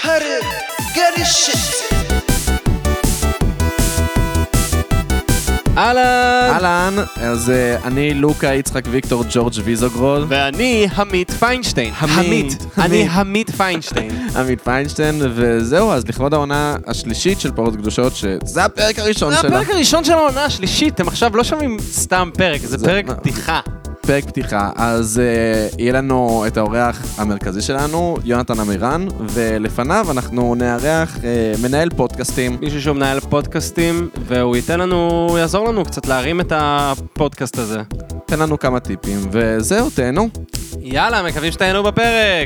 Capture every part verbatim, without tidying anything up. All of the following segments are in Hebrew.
פרק גרישית. אהלן, אהלן, אז אני לוקה יצחק ויקטור ג'ורג' ויזוגרוד ואני עמית פיינשטיין. עמית. אני עמית פיינשטיין. עמית פיינשטיין, וזהו, אז לכבוד העונה השלישית של פרות קדושות, שזה הפרק הראשון זה שלה. הפרק הראשון של העונה השלישית, הם עכשיו לא שומעים סתם פרק, זה פרק פתיחה. פרק פתיחה, אז uh, יהיה לנו את האורח המרכזי שלנו, יונתן אמירן, ולפניו אנחנו נארח uh, מנהל פודקאסטים. מישהו שהוא מנהל פודקאסטים, והוא ייתן לנו, הוא יעזור לנו קצת להרים את הפודקאסט הזה. תן לנו כמה טיפים, וזהו, תהנו. יאללה, מקווים שתהנו בפרק.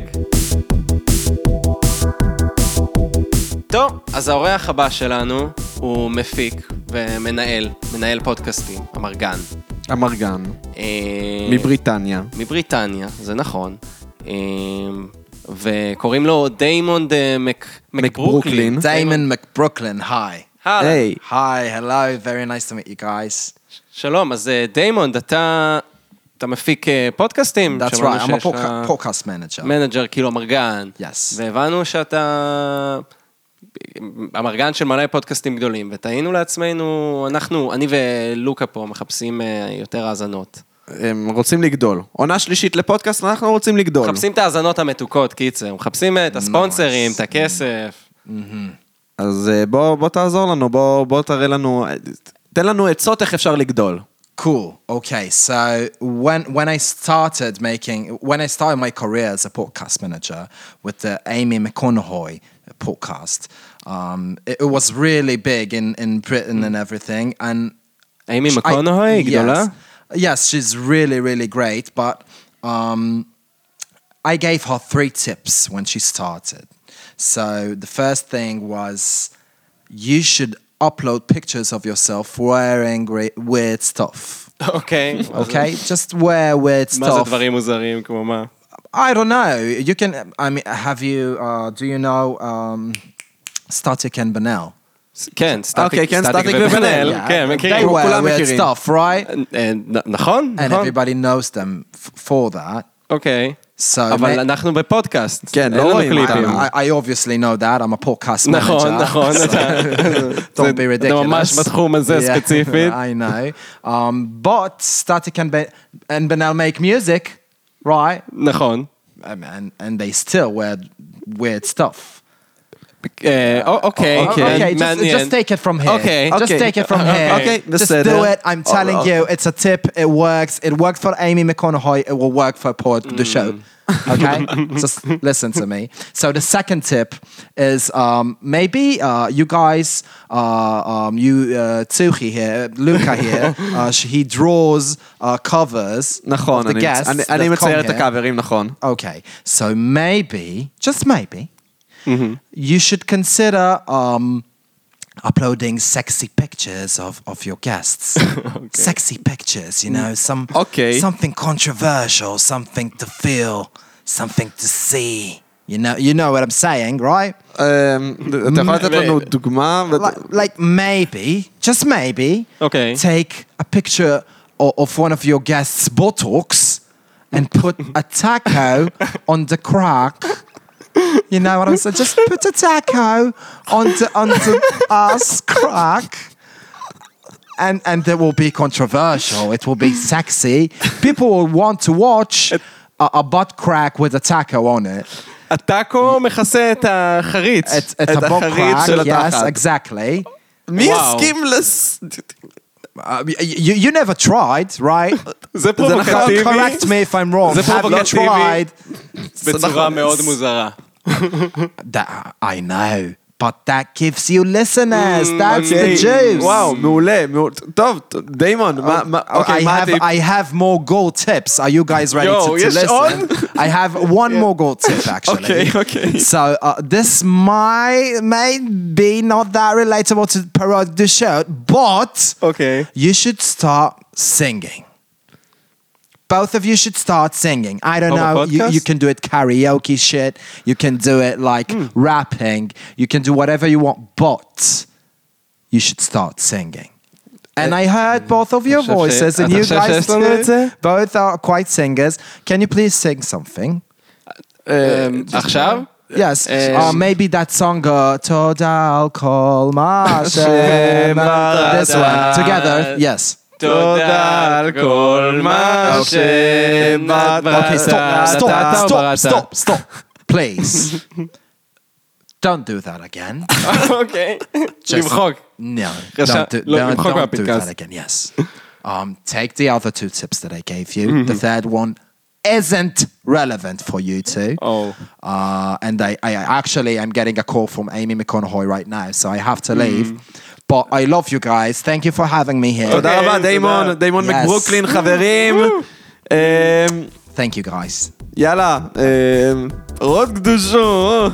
טוב, אז האורח הבא שלנו הוא מפיק ומנהל, מנהל פודקאסטים, אמרגן. אמרגן. מבריטניה. מבריטניה, זה נכון. וקוראים לו דיימונד מקברוקלין. Damon McBrooklyn, hi. היי. Hi, hello, very nice to meet you guys. שלום, אז דיימונד, אתה אתה מפיק פודקאסטים? That's right, I'm a podca- podcast manager. מנג'ר, כאילו אמרגן. Yes. והבנו שאתה אמרגן של מלא פודקאסטים גדולים, ותהינו לעצמנו, אנחנו, אני ולוקה פה מחפשים יותר האזנות. הם רוצים לגדול. עונה שלישית לפודקאסט, אנחנו רוצים לגדול. מחפשים את האזנות המתוקות, קיצר. מחפשים את הספונסרים, את הכסף. אז בוא, בוא תעזור לנו, בוא, בוא תראה לנו, תן לנו עצות איך אפשר לגדול. Cool. Okay, so when when I started making, when I started my career as a podcast manager with the Amy McConaughey podcast, um, it, it was really big in, in Britain and everything. And Amy McConaughey, גדולה? Yes, yes, she's really, really great. But um, I gave her three tips when she started. So the first thing was, you should upload pictures of yourself wearing weird stuff. Okay. Okay, just wear weird stuff. מה זה דברים מוזרים, כמו מה? I don't know. You can. I mean, have you? Uh, do you know um, Static and Benel? כן, סטטיק כן, סטטיק סטטיק ובנאל. Yeah, כן, they מכירים. wear כולם weird מכירים. stuff, right? נכון, And נכון. everybody knows them f- for that. אוקיי. So, אבל ma- אנחנו בפודקאסט. כן, אין לא לנו רואים קליפים. אותם. I, I obviously know that. I'm a podcast manager. נכון, נכון. So, don't be ridiculous. זה ממש בתחום הזה Yeah, ספציפית. I know. Um, but Static and, Be- and Benel make music, right? נכון. Um, and, and they still wear weird stuff. אה, אוקיי, Okay, just, מעניין. just take it from here. Okay. Just Okay. take it from here. Okay, Just בסדר. do it. I'm telling Oh, oh. you, it's a tip. It works. It worked for Amy McConaughey. It will work for Pod, the show. Okay? Just listen to me. So the second tip is um, maybe uh, you guys, uh, um, you, uh, Tsuchi here, Luca here, uh, sh- he draws uh, covers נכון, of the אני, guests אני, that אני come מצייר את here. הקאברים, נכון. Okay, so maybe, just maybe, you should consider um, uploading sexy pictures of, of your guests. Sexy pictures, you know, some Okay. something controversial, something to feel, something to see. You know, you know what I'm saying, right? אתה יכול לתת לנו דוגמה? Like, like maybe, just maybe, Okay. take a picture of, of one of your guests' buttocks and put a taco on the crack. You know what I'm saying? Just put a taco on the, on the ass crack. And, and it will be controversial. It will be sexy. People will want to watch a, a butt crack with a taco on it. הטאקו מכסה את החריץ. It's, it's את a butt החריץ crack, של yes, התחת. exactly. מי וואו. הסכים לס... Uh, you, you never tried, right? זה Don't פרובוקטיבי. correct me if I'm wrong. זה Have you פרובוקטיבי. tried? בצורה מאוד מוזרה. That, I know. But that gives you listeners. That's the juice. וואו, מעולה, מעולה. טוב, דיימון, מה, מה, I אוקיי, מה have הטיפ? I have more goal tips. Are you guys ready Yo, to, to יש listen? עוד? I have one more goal tip actually. Okay, okay. So uh, this might may be not that relatable to parody the show, but אוקיי. you should start singing. Both of you should start singing. I don't On a know. You, podcast? you can do it karaoke shit. You can do it like rapping. You can do whatever you want, but you should start singing. And I heard both of your חושב ש- voices, and אתה you חושב guys שיש לנו את זה? too. Both are quite singers. Can you please sing something? עכשיו? Yes, uh, maybe that song, uh, תודה על כל מה שמעת. This one, together, yes. תודה על כל מה שמעת. Okay, stop, stop, stop, stop, stop, please. Don't do that again. אוקיי. למחוק. No, רשע- don't do, לא, don't, למחוק don't do מהפודקאסט. that again, yes. Um, take the other two tips that I gave you. The third one isn't relevant for you two. Oh. Uh, and I, I actually, I'm getting a call from Amy McConaughey right now, so I have to leave. But I love you guys. Thank you for having me here. תודה רבה, דיימון, דיימון Yes. מברוקלין, חברים. אמ, Thank you, guys. יאללה, אמ, רות קדושות.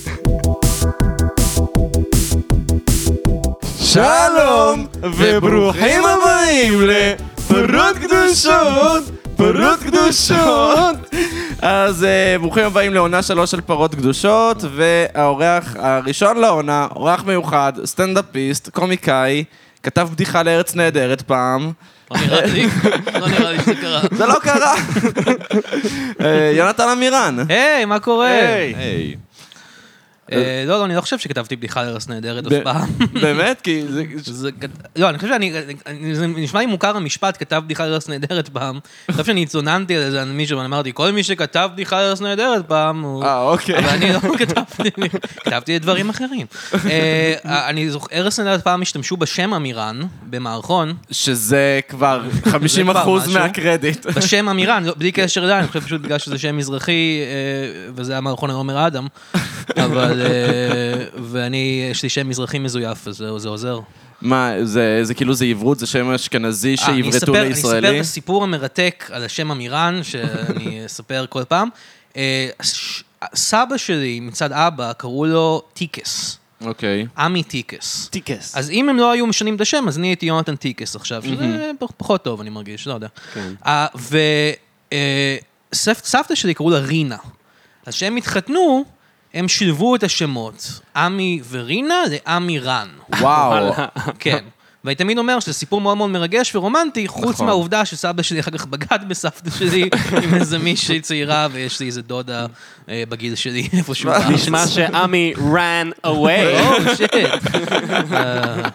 שלום, וברוכים הבאים לפרות קדושות, פרות קדושות. אז אה, ברוכים הבאים לעונה שלוש של פרות קדושות, והאורח הראשון לעונה, אורח מיוחד, סטנדאפיסט, קומיקאי, כתב בדיחה לארץ נהדרת פעם. לא נראה לי, לא נראה לי שזה קרה. זה לא קרה. אה, יונתן אמירן. היי, מה קורה? היי. אה, לא, לא, אני לא חושב שכתבתי בדיחה לארץ נהדרת אף ב- פעם. באמת? כי זה... זה- לא, אני חושב שאני, אני- זה נשמע לי מוכר המשפט, כתב בדיחה לארץ נהדרת פעם. אני חושב שאני התזוננתי על זה על מישהו, ואני אמרתי, כל מי שכתב בדיחה לארץ נהדרת פעם, הוא... אה, אוקיי. אבל אני לא כתבתי, כתבתי את דברים אחרים. אה, אני זוכר, ארץ נהדרת פעם השתמשו בשם אמירן, במערכון, שזה כבר חמישים אחוז משהו. מהקרדיט. בשם אמירן, לא, בלי קשר אליי, אני חושב פשוט בגלל שזה שם מזרחי, אה, וזה היה מערכון עומר אדם, אבל, אה, ואני, יש לי שם מזרחי מזויף, אז זה, זה עוזר. מה, זה, זה כאילו זה עברות, זה שם אשכנזי אה, אני שעברתו אספר- אני לישראלי? אספר את הסיפור המרתק על השם אמירן, שאני אספר כל פעם. אה, ש- סבא שלי, מצד אבא, קראו לו טיקס. אוקיי. עמי טיקס. טיקס. אז אם הם לא היו משנים את השם, אז אני הייתי יונתן טיקס עכשיו, שזה פח- פחות טוב, אני מרגיש, לא יודע. וסבתא שלי קראו לה רינה. אז כשהם התחתנו, הם שילבו את השמות, עמי ורינה לעמי רן. וואו. כן. ואני תמיד אומר שזה סיפור מאוד מאוד מרגש ורומנטי, חוץ נכון. מהעובדה שסבא שלי אחר כך בגד בסבתא שלי עם איזה מישהי צעירה, ויש לי איזה דודה אה, בגיל שלי איפשהו. נשמע שעמי ran away. או, שיט. אה,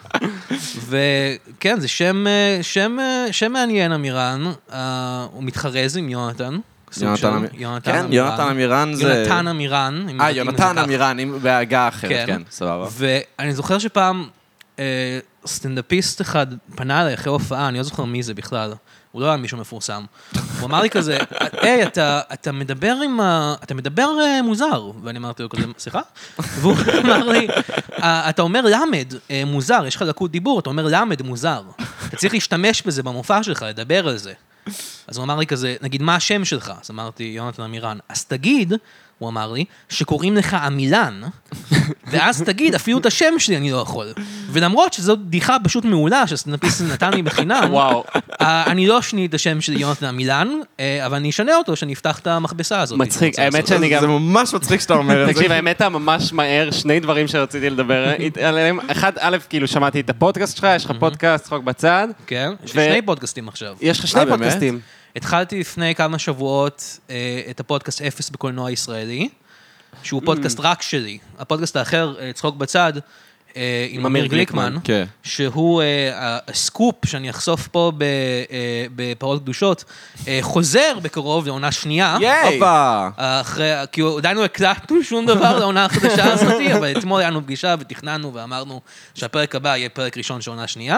וכן, זה שם, אה, שם, אה, שם מעניין, אמירן. אה, הוא מתחרז עם יונתן. סוג יונתן של- אמיר- יונתן כן, יונתן אמירן זה... יונתן אמירן. אם אה, מתאים לזה יונתן ככה. אמירן, עם- בהגה אחרת, כן. כן, סבבה. ואני זוכר שפעם אה, סטנדאפיסט אחד פנה אליי אחרי הופעה, אני לא זוכר מי זה בכלל, הוא לא היה מישהו מפורסם. הוא אמר לי כזה, היי, אתה, אתה מדבר עם ה... אתה מדבר אה, מוזר. ואני אמרתי לו כזה, סליחה? והוא אמר לי, "אה, אתה אומר למד אה, מוזר, יש לך לקות דיבור, אתה אומר למד מוזר. אתה צריך להשתמש בזה במופע שלך, לדבר על זה. אז הוא אמר לי כזה, נגיד, מה השם שלך? אז אמרתי, יונתן אמירן. אז תגיד, הוא אמר לי, שקוראים לך עמילן, ואז תגיד, אפילו את השם שלי אני לא יכול. ולמרות שזו בדיחה פשוט מעולה, שסטנדאפיסט נתן לי בחינם, וואו. אה, אני לא אשני את השם שלי יונתן עמילן, אה, אבל אני אשנה אותו, שאני אפתח את המכבסה הזאת. מצחיק, שאני רוצה האמת לעשות. שאני גם... זה ממש מצחיק שאתה אומר את זה. תקשיב, האמת ממש מהר, שני דברים שרציתי לדבר עליהם. אחד, א', כאילו שמעתי את הפודקאסט שלך, יש לך פודקאסט, צחוק בצד. כן, יש לי ו- שני פודקאסטים עכשיו. יש לך שני אה, באמת? פודקאסטים. התחלתי לפני כמה שבועות אה, את הפודקאסט אפס בקולנוע ישראלי, שהוא פודקאסט רק שלי. הפודקאסט האחר, אה, צחוק בצד, אה, עם אמיר גליקמן, כן. שהוא אה, הסקופ שאני אחשוף פה ב- אה, בפרות קדושות, אה, חוזר בקרוב לעונה שנייה. הופה. אחרי, כי עדיין לא הקלטנו שום דבר לעונה החדשה הזאת, אבל אתמול היה לנו פגישה ותכננו ואמרנו שהפרק הבא יהיה פרק ראשון של עונה שנייה,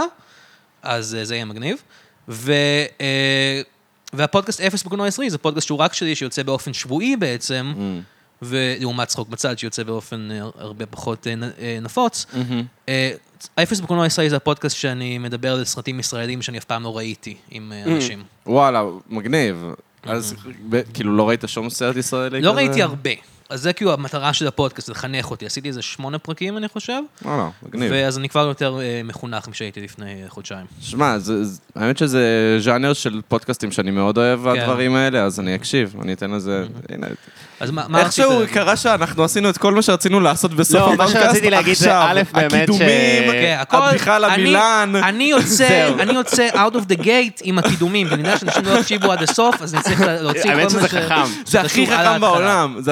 אז אה, זה יהיה מגניב. ו... אה, והפודקאסט אפס בקולנוע ישראלי זה פודקאסט שהוא רק שלי, שיוצא באופן שבועי בעצם, ולעומת צחוק בצד, שיוצא באופן אה, הרבה פחות אה, נ- אה, נפוץ. אה, אפס בקולנוע ישראלי זה הפודקאסט שאני מדבר על סרטים ישראלים שאני אף פעם לא ראיתי עם אה, אנשים. וואלה, מגניב. אז ב- כאילו לא ראית שום סרט ישראלי כזה? לא ראיתי הרבה. אז זה כאילו המטרה של הפודקאסט, לחנך אותי. עשיתי איזה שמונה פרקים, אני חושב. וואלה, מגניב. ואז אני כבר יותר אה, מחונך משהייתי לפני אה, חודשיים. שמע, זה- זה- האמת שזה ז'אנר של פודקאסטים שאני מאוד אוהב, הדברים האלה, אז אני אקשיב, אני אתן לזה... הנה, אז מה מה רצית איכשהו להגיד? קרה שאנחנו עשינו את כל מה שרצינו לעשות בסוף לא, מה הפודקאסט. שרציתי להגיד זה, עכשיו, א', באמת ש- הקידומים, כן, הכל- הבדיחה על אני- המילן. אני יוצא, אני יוצא out of the gate עם הקידומים, ואני יודע שאנשים לא יקשיבו עד הסוף, אז אני צריך להוציא כל מה ש... האמת שזה חכם. זה הכי חשוב על חכם ההתחלה. בעולם, זה הכי חכם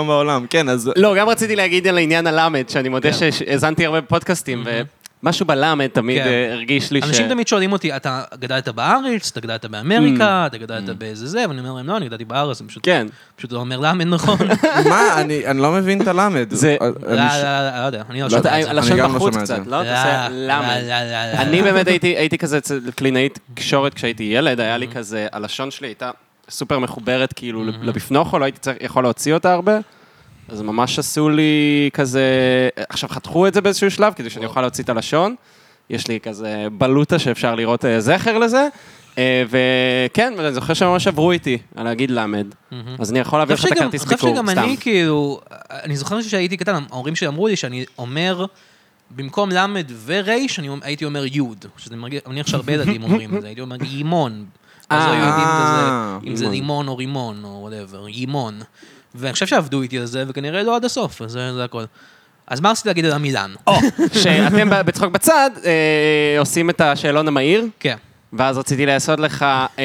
פעם בעולם, כן, אז... לא, גם רציתי להגיד על העניין הלמד, שאני מודה שהזנתי הרבה בפודקאסטים, ומשהו בלמד תמיד הרגיש לי ש... אנשים תמיד שואלים אותי, אתה גדלת בארץ, אתה גדלת באמריקה, אתה גדלת באיזה זה, ואני אומר להם, לא, אני גדלתי בארץ, אני פשוט לא אומר למד נכון. מה? אני לא מבין את הלמד. זה... לא, לא, לא יודע, אני לא שומע את זה. הלשון בחוץ קצת, לא? תעשה למד. אני באמת הייתי כזה קלינאית קשורת כשהייתי ילד, היה לי כזה, הלשון שלי הייתה סופר מחוברת כאילו לבפנוכו, לא הייתי יכול להוציא אותה הרבה. אז ממש עשו לי כזה, עכשיו חתכו את זה באיזשהו שלב, כדי שאני אוכל להוציא את הלשון. יש לי כזה בלוטה שאפשר לראות זכר לזה. וכן, אני זוכר שממש עברו איתי על להגיד למד. אז אני יכול להביא לך את הכרטיס ביקור, סתם. אני חושב שגם אני כאילו, אני זוכר שהייתי קטן, ההורים שלי אמרו לי שאני אומר, במקום למד וריש, אני הייתי אומר יוד. שזה מניח שהרבה ילדים אומרים את זה, הייתי אומר יימון. אז היו יודעים כזה, אם זה לימון או רימון או whatever, יימון. ואני חושב שעבדו איתי על זה, וכנראה לא עד הסוף, אז זה הכל. אז מה רציתי להגיד על המילן? או, שאתם בצחוק בצד, עושים את השאלון המהיר. כן. ואז רציתי לעשות לך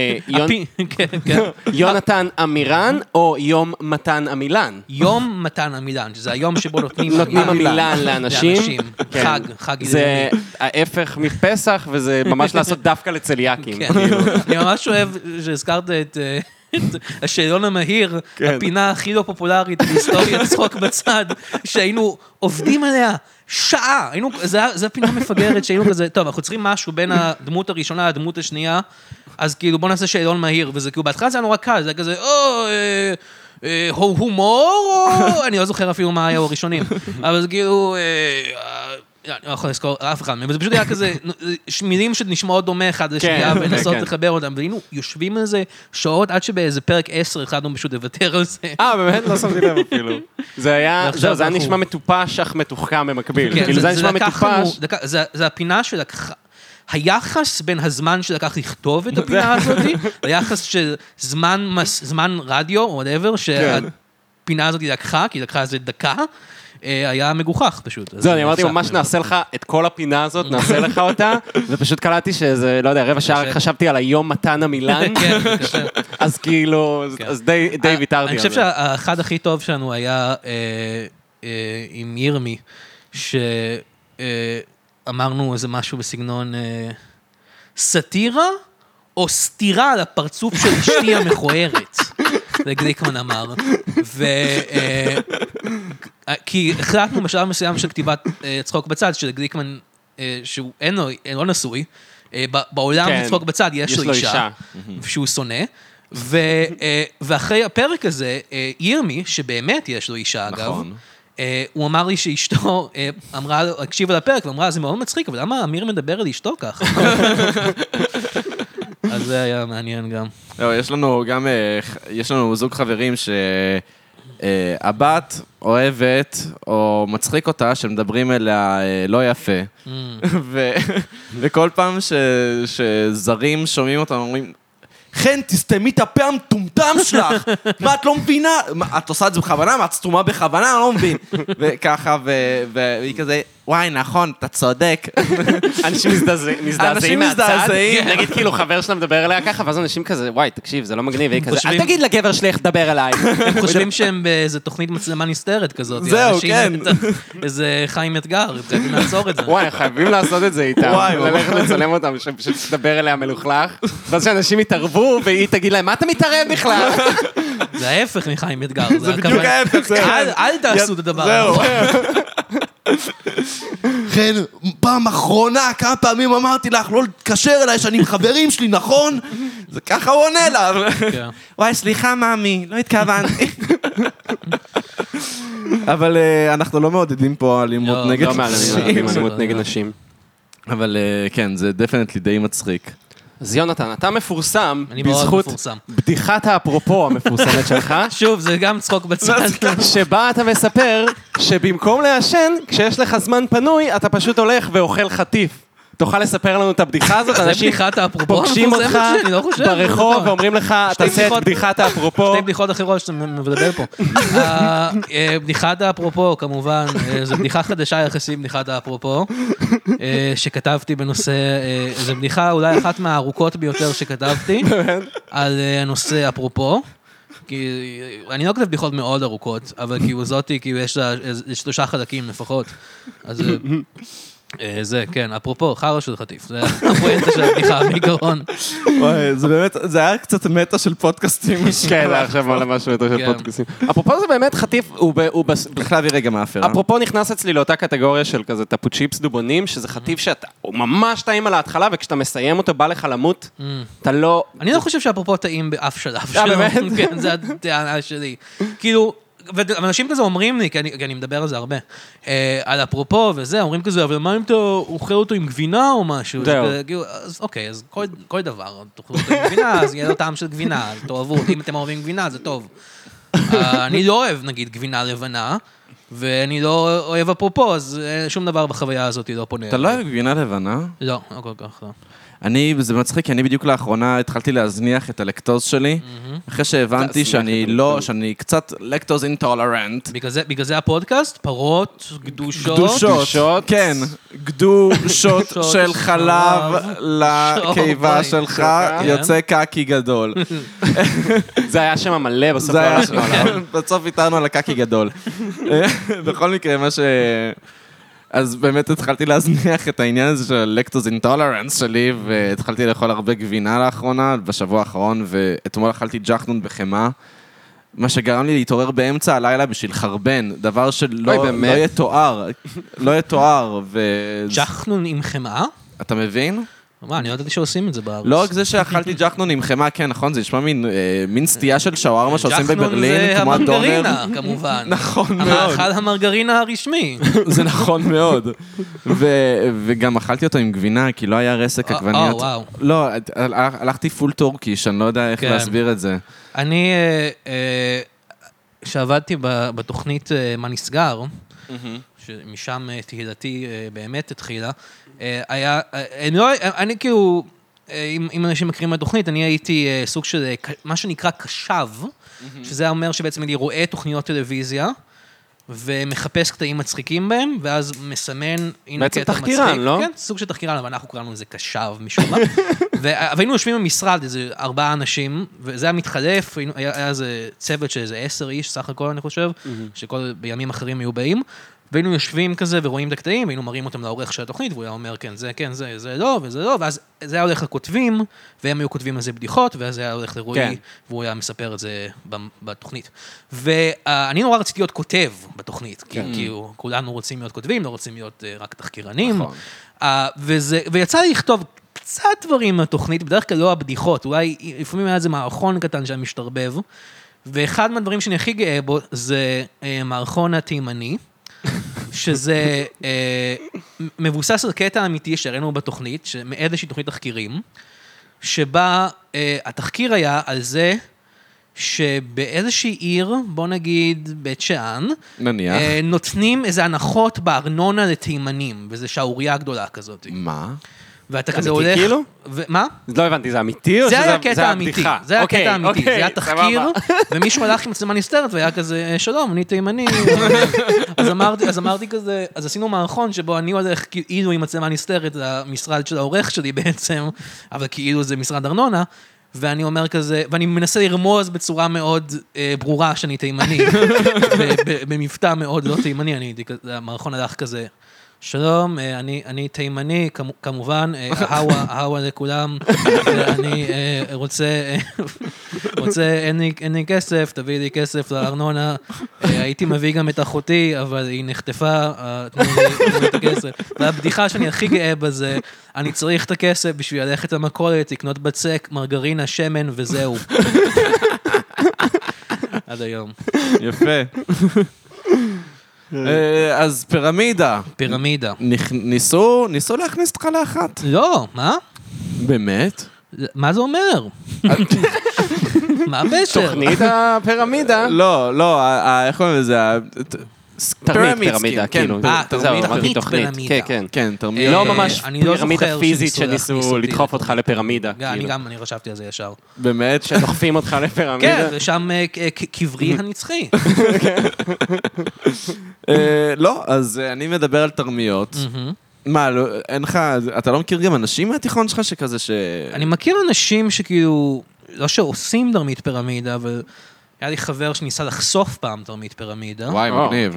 כן. יונתן אמירן, או יום מתן המילן. יום מתן המילן, שזה היום שבו נותנים המילן לאנשים. חג, חג. זה ההפך מפסח, וזה ממש לעשות דווקא לצליאקים. אני ממש אוהב שהזכרת את... השאלון המהיר, הפינה הכי לא פופולרית בהיסטוריה צחוק בצד, שהיינו עובדים עליה שעה, זו הפינה מפגרת שהיינו כזה, טוב, אנחנו צריכים משהו בין הדמות הראשונה לדמות השנייה, אז כאילו בוא נעשה שאלון מהיר, וזה כאילו בהתחלה זה היה נורא קל, זה היה כזה, או, הומור, או, אני לא זוכר אפילו מה היו הראשונים, אבל זה כאילו, אני לא יכול לזכור אף אחד, וזה פשוט היה כזה, מילים שנשמעות דומה אחד לשנייה, ונסות לחבר אותם, והיינו יושבים על זה שעות, עד שבאיזה פרק עשר החלטנו פשוט לוותר על זה. אה, באמת? לא שמתי לב אפילו. זה היה, זה היה נשמע מטופש, אך מתוחכם במקביל. כאילו זה היה נשמע מטופש. זה הפינה שלקחה, היחס בין הזמן שלקח לכתוב את הפינה הזאת, היחס של זמן רדיו, או whatever, שהפינה הזאת לקחה, כי היא לקחה איזה דקה, היה מגוחך פשוט. זהו, אני אמרתי, ממש נעשה לך את כל הפינה הזאת, נעשה לך אותה, ופשוט קלטתי שזה, לא יודע, רבע שעה רק חשבתי על היום מתן המילן, אז כאילו, אז די ויתרתי על זה. אני חושב שהאחד הכי טוב שלנו היה עם ירמי, שאמרנו איזה משהו בסגנון סטירה, או סתירה על הפרצוף של אשתי המכוערת. זה גליקמן אמר. ו... כי החלטנו בשלב מסוים של כתיבת צחוק בצד, של גליקמן, שהוא אין לו, אין לו נשוי, בעולם צחוק בצד יש לו אישה, שהוא שונא, ואחרי הפרק הזה, ירמי, שבאמת יש לו אישה אגב, הוא אמר לי שאשתו אמרה, הקשיבה לפרק, ואמרה, זה מאוד מצחיק, אבל למה אמיר מדבר על אשתו ככה? אז זה היה מעניין גם. לא, יש לנו גם, יש לנו זוג חברים שהבת אוהבת או מצחיק אותה, שמדברים אליה לא יפה. וכל פעם שזרים שומעים אותם, אומרים, חן, תסתמי את הפה המטומטם שלך, מה את לא מבינה? את עושה את זה בכוונה? מה את סתומה בכוונה? אני לא מבין. וככה, והיא כזה, וואי, נכון, אתה צודק. אנשים מזדעזעים מהצד, נגיד כאילו חבר שלה מדבר אליה ככה, ואז אנשים כזה, וואי, תקשיב, זה לא מגניב, והיא כזה, אל תגיד לגבר שלך, דבר אליי. הם חושבים שהם באיזו תוכנית מצלמה נסתרת כזאת. זהו, כן. איזה חיים אתגר, חייבים לעצור את זה. וואי, חייבים לעשות את זה איתם. ללכת לצלם אותם, שפשוט תדבר אליה מלוכלך, ואז שאנשים יתערבו, והיא תגיד להם, מה אתה מתערב בכלל? זה ההפך מחיים אתגר. זה בדיוק ההפך. אל תעשו את הדבר. כן, פעם אחרונה, כמה פעמים אמרתי לך, לא להתקשר אליי שאני עם חברים שלי, נכון? זה ככה הוא עונה לה. וואי, סליחה, מאמי, לא התכוונתי. אבל אנחנו לא מעודדים פה אלימות נגד נשים. אלימות נגד נשים. אבל כן, זה דפנטלי די מצחיק. אז יונתן, אתה מפורסם בזכות בדיחת האפרופו המפורסמת שלך. שוב, זה גם צחוק בצד. שבה אתה מספר שבמקום לעשן, כשיש לך זמן פנוי, אתה פשוט הולך ואוכל חטיף. תוכל לספר לנו את הבדיחה הזאת, אנשים פוגשים אותך ברחוב ואומרים לך, תעשה את בדיחת האפרופו. שתי בדיחות אחרות שאתה מדבר פה. בדיחת האפרופו, כמובן, זו בדיחה חדשה יחסית, בדיחת האפרופו, שכתבתי בנושא, זו בדיחה אולי אחת מהארוכות ביותר שכתבתי, על נושא אפרופו, כי אני לא כותב בדיחות מאוד ארוכות, אבל כאילו זאתי, כאילו יש לה שלושה חלקים לפחות. אז זה, כן, אפרופו, חרא של חטיף, זה הפואנטה של הבדיחה בעיקרון. וואי, זה באמת, זה היה קצת מטה של פודקאסטים. כן, זה עכשיו עולה משהו יותר של פודקאסטים. אפרופו זה באמת חטיף, הוא... צריך להביא רגע מאפרה. אפרופו נכנס אצלי לאותה קטגוריה של כזה טפו צ'יפס דובונים, שזה חטיף שאתה, הוא ממש טעים על ההתחלה, וכשאתה מסיים אותו, בא לך למות, אתה לא... אני לא חושב שאפרופו טעים באף שלב שלו. אה, באמת? כן, זה הטענה שלי. כאילו... ואנשים כזה אומרים לי, כי אני, כי אני מדבר על זה הרבה, אה, על אפרופו וזה, אומרים כזה, אבל מה אם אתה אוכל אותו עם גבינה או משהו? זהו. אז, כאילו, אז אוקיי, אז כל, כל דבר, תאכלו אותו עם גבינה, אז יהיה לו טעם של גבינה, אז תאהבו, אם אתם אוהבים גבינה, זה טוב. אה, אני לא אוהב, נגיד, גבינה לבנה, ואני לא אוהב אפרופו, אז שום דבר בחוויה הזאת לא פונה. אתה לא אוהב גבינה לבנה? לא, לא כל כך לא. אני, זה מצחיק, כי אני בדיוק לאחרונה התחלתי להזניח את הלקטוז שלי, אחרי שהבנתי שאני לא, שאני קצת לקטוז אינטולרנט. בגלל זה הפודקאסט, פרות, קדושות. קדושות, כן, קדושות של חלב לקיבה שלך, יוצא קקי גדול. זה היה שם מלא בסוף. בסוף איתרנו על הקקי גדול. בכל מקרה, מה ש... אז באמת התחלתי להזניח את העניין הזה של לקטוז אינטולרנס שלי, והתחלתי לאכול הרבה גבינה לאחרונה, בשבוע האחרון, ואתמול אכלתי ג'חנון בחמה, מה שגרם לי להתעורר באמצע הלילה בשביל חרבן, דבר שלא יתואר, לא יתואר. ג'חנון עם חמה? אתה מבין? מה, אני לא יודעת שעושים את זה בארץ. לא רק זה שאכלתי ג'חנון עם חמה, כן, נכון, זה נשמע מין סטייה של שווארמה שעושים בברלין, כמו הדונר. ג'חנון זה המרגרינה, כמובן. נכון מאוד. המאכל המרגרינה הרשמי. זה נכון מאוד. וגם אכלתי אותו עם גבינה, כי לא היה רסק עגבניות. או, וואו. לא, הלכתי פול טורקי, שאני לא יודע איך להסביר את זה. אני, שעבדתי בתוכנית מה נסגר, שמשם תהילתי באמת התחילה, היה, אני לא, אני כאילו, אם אנשים מכירים מהתוכנית, אני הייתי סוג של מה שנקרא קשב, שזה אומר שבעצם אני רואה תוכניות טלוויזיה, ומחפש קטעים מצחיקים בהם, ואז מסמן, הנה בעצם קטע מצחיק. תחקירן, לא? כן, סוג של תחקירן, אבל אנחנו קראנו לזה קשב משום מה. והיינו יושבים במשרד, איזה ארבעה אנשים, וזה היה מתחלף, היה איזה צוות של איזה עשר איש, סך הכל אני חושב, שכל בימים אחרים היו באים, והיינו יושבים כזה ורואים את הקטעים, והיינו מראים אותם לעורך של התוכנית, והוא היה אומר, כן, זה, כן, זה, זה לא, וזה לא, ואז זה היה הולך לכותבים, והם היו כותבים על זה בדיחות, ואז זה היה הולך לרועי, כן. והוא היה מספר את זה בתוכנית. ואני נורא רציתי להיות כותב בתוכנית, כן. כי, כי כולנו רוצים להיות כותבים, לא רוצים להיות uh, רק תחקירנים. נכון. Uh, וזה, ויצא לי לכתוב קצת דברים מהתוכנית, בדרך כלל לא הבדיחות, אולי לפעמים היה איזה מערכון קטן שהיה משתרבב, ואחד מהדברים שאני הכי גאה בו, זה uh, מערכון התימני, שזה אה, מבוסס על קטע אמיתי שראינו בתוכנית, מאיזושהי תוכנית תחקירים, שבה אה, התחקיר היה על זה שבאיזושהי עיר, בוא נגיד בית שאן, נניח, אה, נותנים איזה הנחות בארנונה לתימנים, וזו שעוריה גדולה כזאת. מה? ואתה כזה הולך... כאילו? מה? לא הבנתי, זה אמיתי או שזה הבדיחה? זה היה קטע אמיתי, זה היה קטע אמיתי, זה היה תחקיר, ומישהו הלך עם מצלמה נסתרת, והיה כזה, שלום, אני תימני. אז אמרתי כזה, אז עשינו מערכון שבו אני הולך כאילו עם מצלמה נסתרת, למשרד של העורך שלי בעצם, אבל כאילו זה משרד ארנונה, ואני אומר כזה, ואני מנסה לרמוז בצורה מאוד ברורה שאני תימני, במבטא מאוד לא תימני, המערכון הלך כזה, שלום, אני, אני תימני, כמובן, אהווה, אהווה לכולם, אני רוצה, רוצה, אין לי, אין לי כסף, תביא לי כסף לארנונה, הייתי מביא גם את אחותי, אבל היא נחטפה, תנו לי את הכסף. והבדיחה שאני הכי גאה בזה, אני צריך את הכסף בשביל ללכת למכולת, לקנות בצק, מרגרינה, שמן וזהו. עד היום. יפה. אז פירמידה. פירמידה. ניסו, ניסו להכניס אותך לאחת. לא, מה? באמת? מה זה אומר? מה הפשר? תוכנית הפירמידה. לא, לא, איך קוראים לזה? תרמית פירמידה, כאילו. אה, תרמית פירמידה. כן, כן, תרמית. לא ממש פירמידה פיזית שניסו לדחוף אותך לפירמידה. אני גם, אני רשבתי על זה ישר. באמת? שדוחפים אותך לפירמידה? כן, ושם קברי הנצחי. לא, אז אני מדבר על תרמיות. מה, אין לך, אתה לא מכיר גם אנשים מהתיכון שלך שכזה ש... אני מכיר אנשים שכאילו, לא שעושים תרמית פירמידה, אבל היה לי חבר שניסה לחשוף פעם תרמית פירמידה. וואי, מגניב.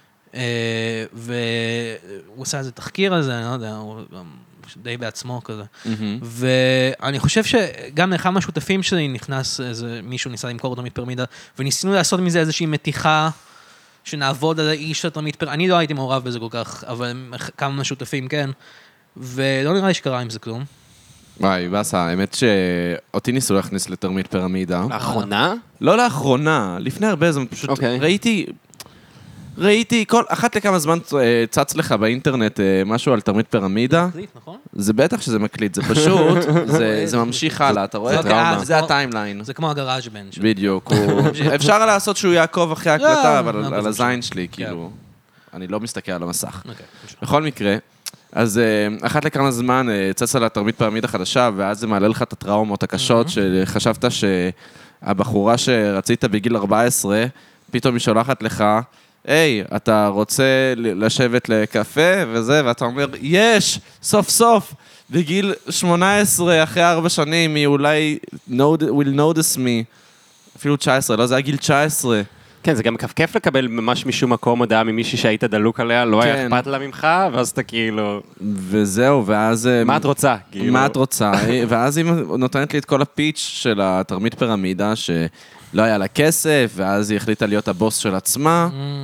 והוא עושה איזה תחקיר על זה, אני לא יודע, הוא די בעצמו כזה. ואני חושב שגם לאחד מהשותפים שלי נכנס איזה, מישהו ניסה למכור תרמית פירמידה, וניסינו לעשות מזה איזושהי מתיחה, שנעבוד על האיש של תרמית פירמידה. אני לא הייתי מעורב בזה כל כך, אבל כמה מהשותפים כן, ולא נראה לי שקרה עם זה כלום. וואי, בסה, האמת שאותי ניסו להכניס לתרמית פירמידה. לאחרונה? לא לאחרונה, לפני הרבה זמן, פשוט ראיתי... ראיתי, כל, אחת לכמה זמן צץ לך באינטרנט משהו על תרמית פירמידה. מקליט, נכון? זה בטח שזה מקליט, זה פשוט, זה, זה ממשיך הלאה, אתה רואה? טראומה. זה הטיימליין. זה כמו הגראז' בנד. בדיוק. אפשר לעשות שהוא יעקוב אחרי ההקלטה, אבל על הזין שלי, כאילו, אני לא מסתכל על המסך. בכל מקרה, אז אחת לכמה זמן צץ על התרמית פירמידה חדשה, ואז זה מעלה לך את הטראומות הקשות, שחשבת שהבחורה שרצית בגיל ארבע עשרה, פתאום היא שולחת לך, היי, אתה רוצה לשבת לקפה וזה, ואתה אומר, יש, סוף סוף, בגיל שמונה עשרה, אחרי ארבע שנים, היא אולי will notice me, אפילו תשע עשרה, לא, זה היה גיל תשע עשרה. כן, זה גם כיף לקבל ממש משום מקום הודעה ממישהי שהיית דלוק עליה, לא היה אכפת לה ממך, ואז אתה כאילו... וזהו, ואז... מה את רוצה? מה את רוצה? ואז היא נותנת לי את כל הפיץ' של התרמית פירמידה, שלא היה לה כסף, ואז היא החליטה להיות הבוס של עצמה,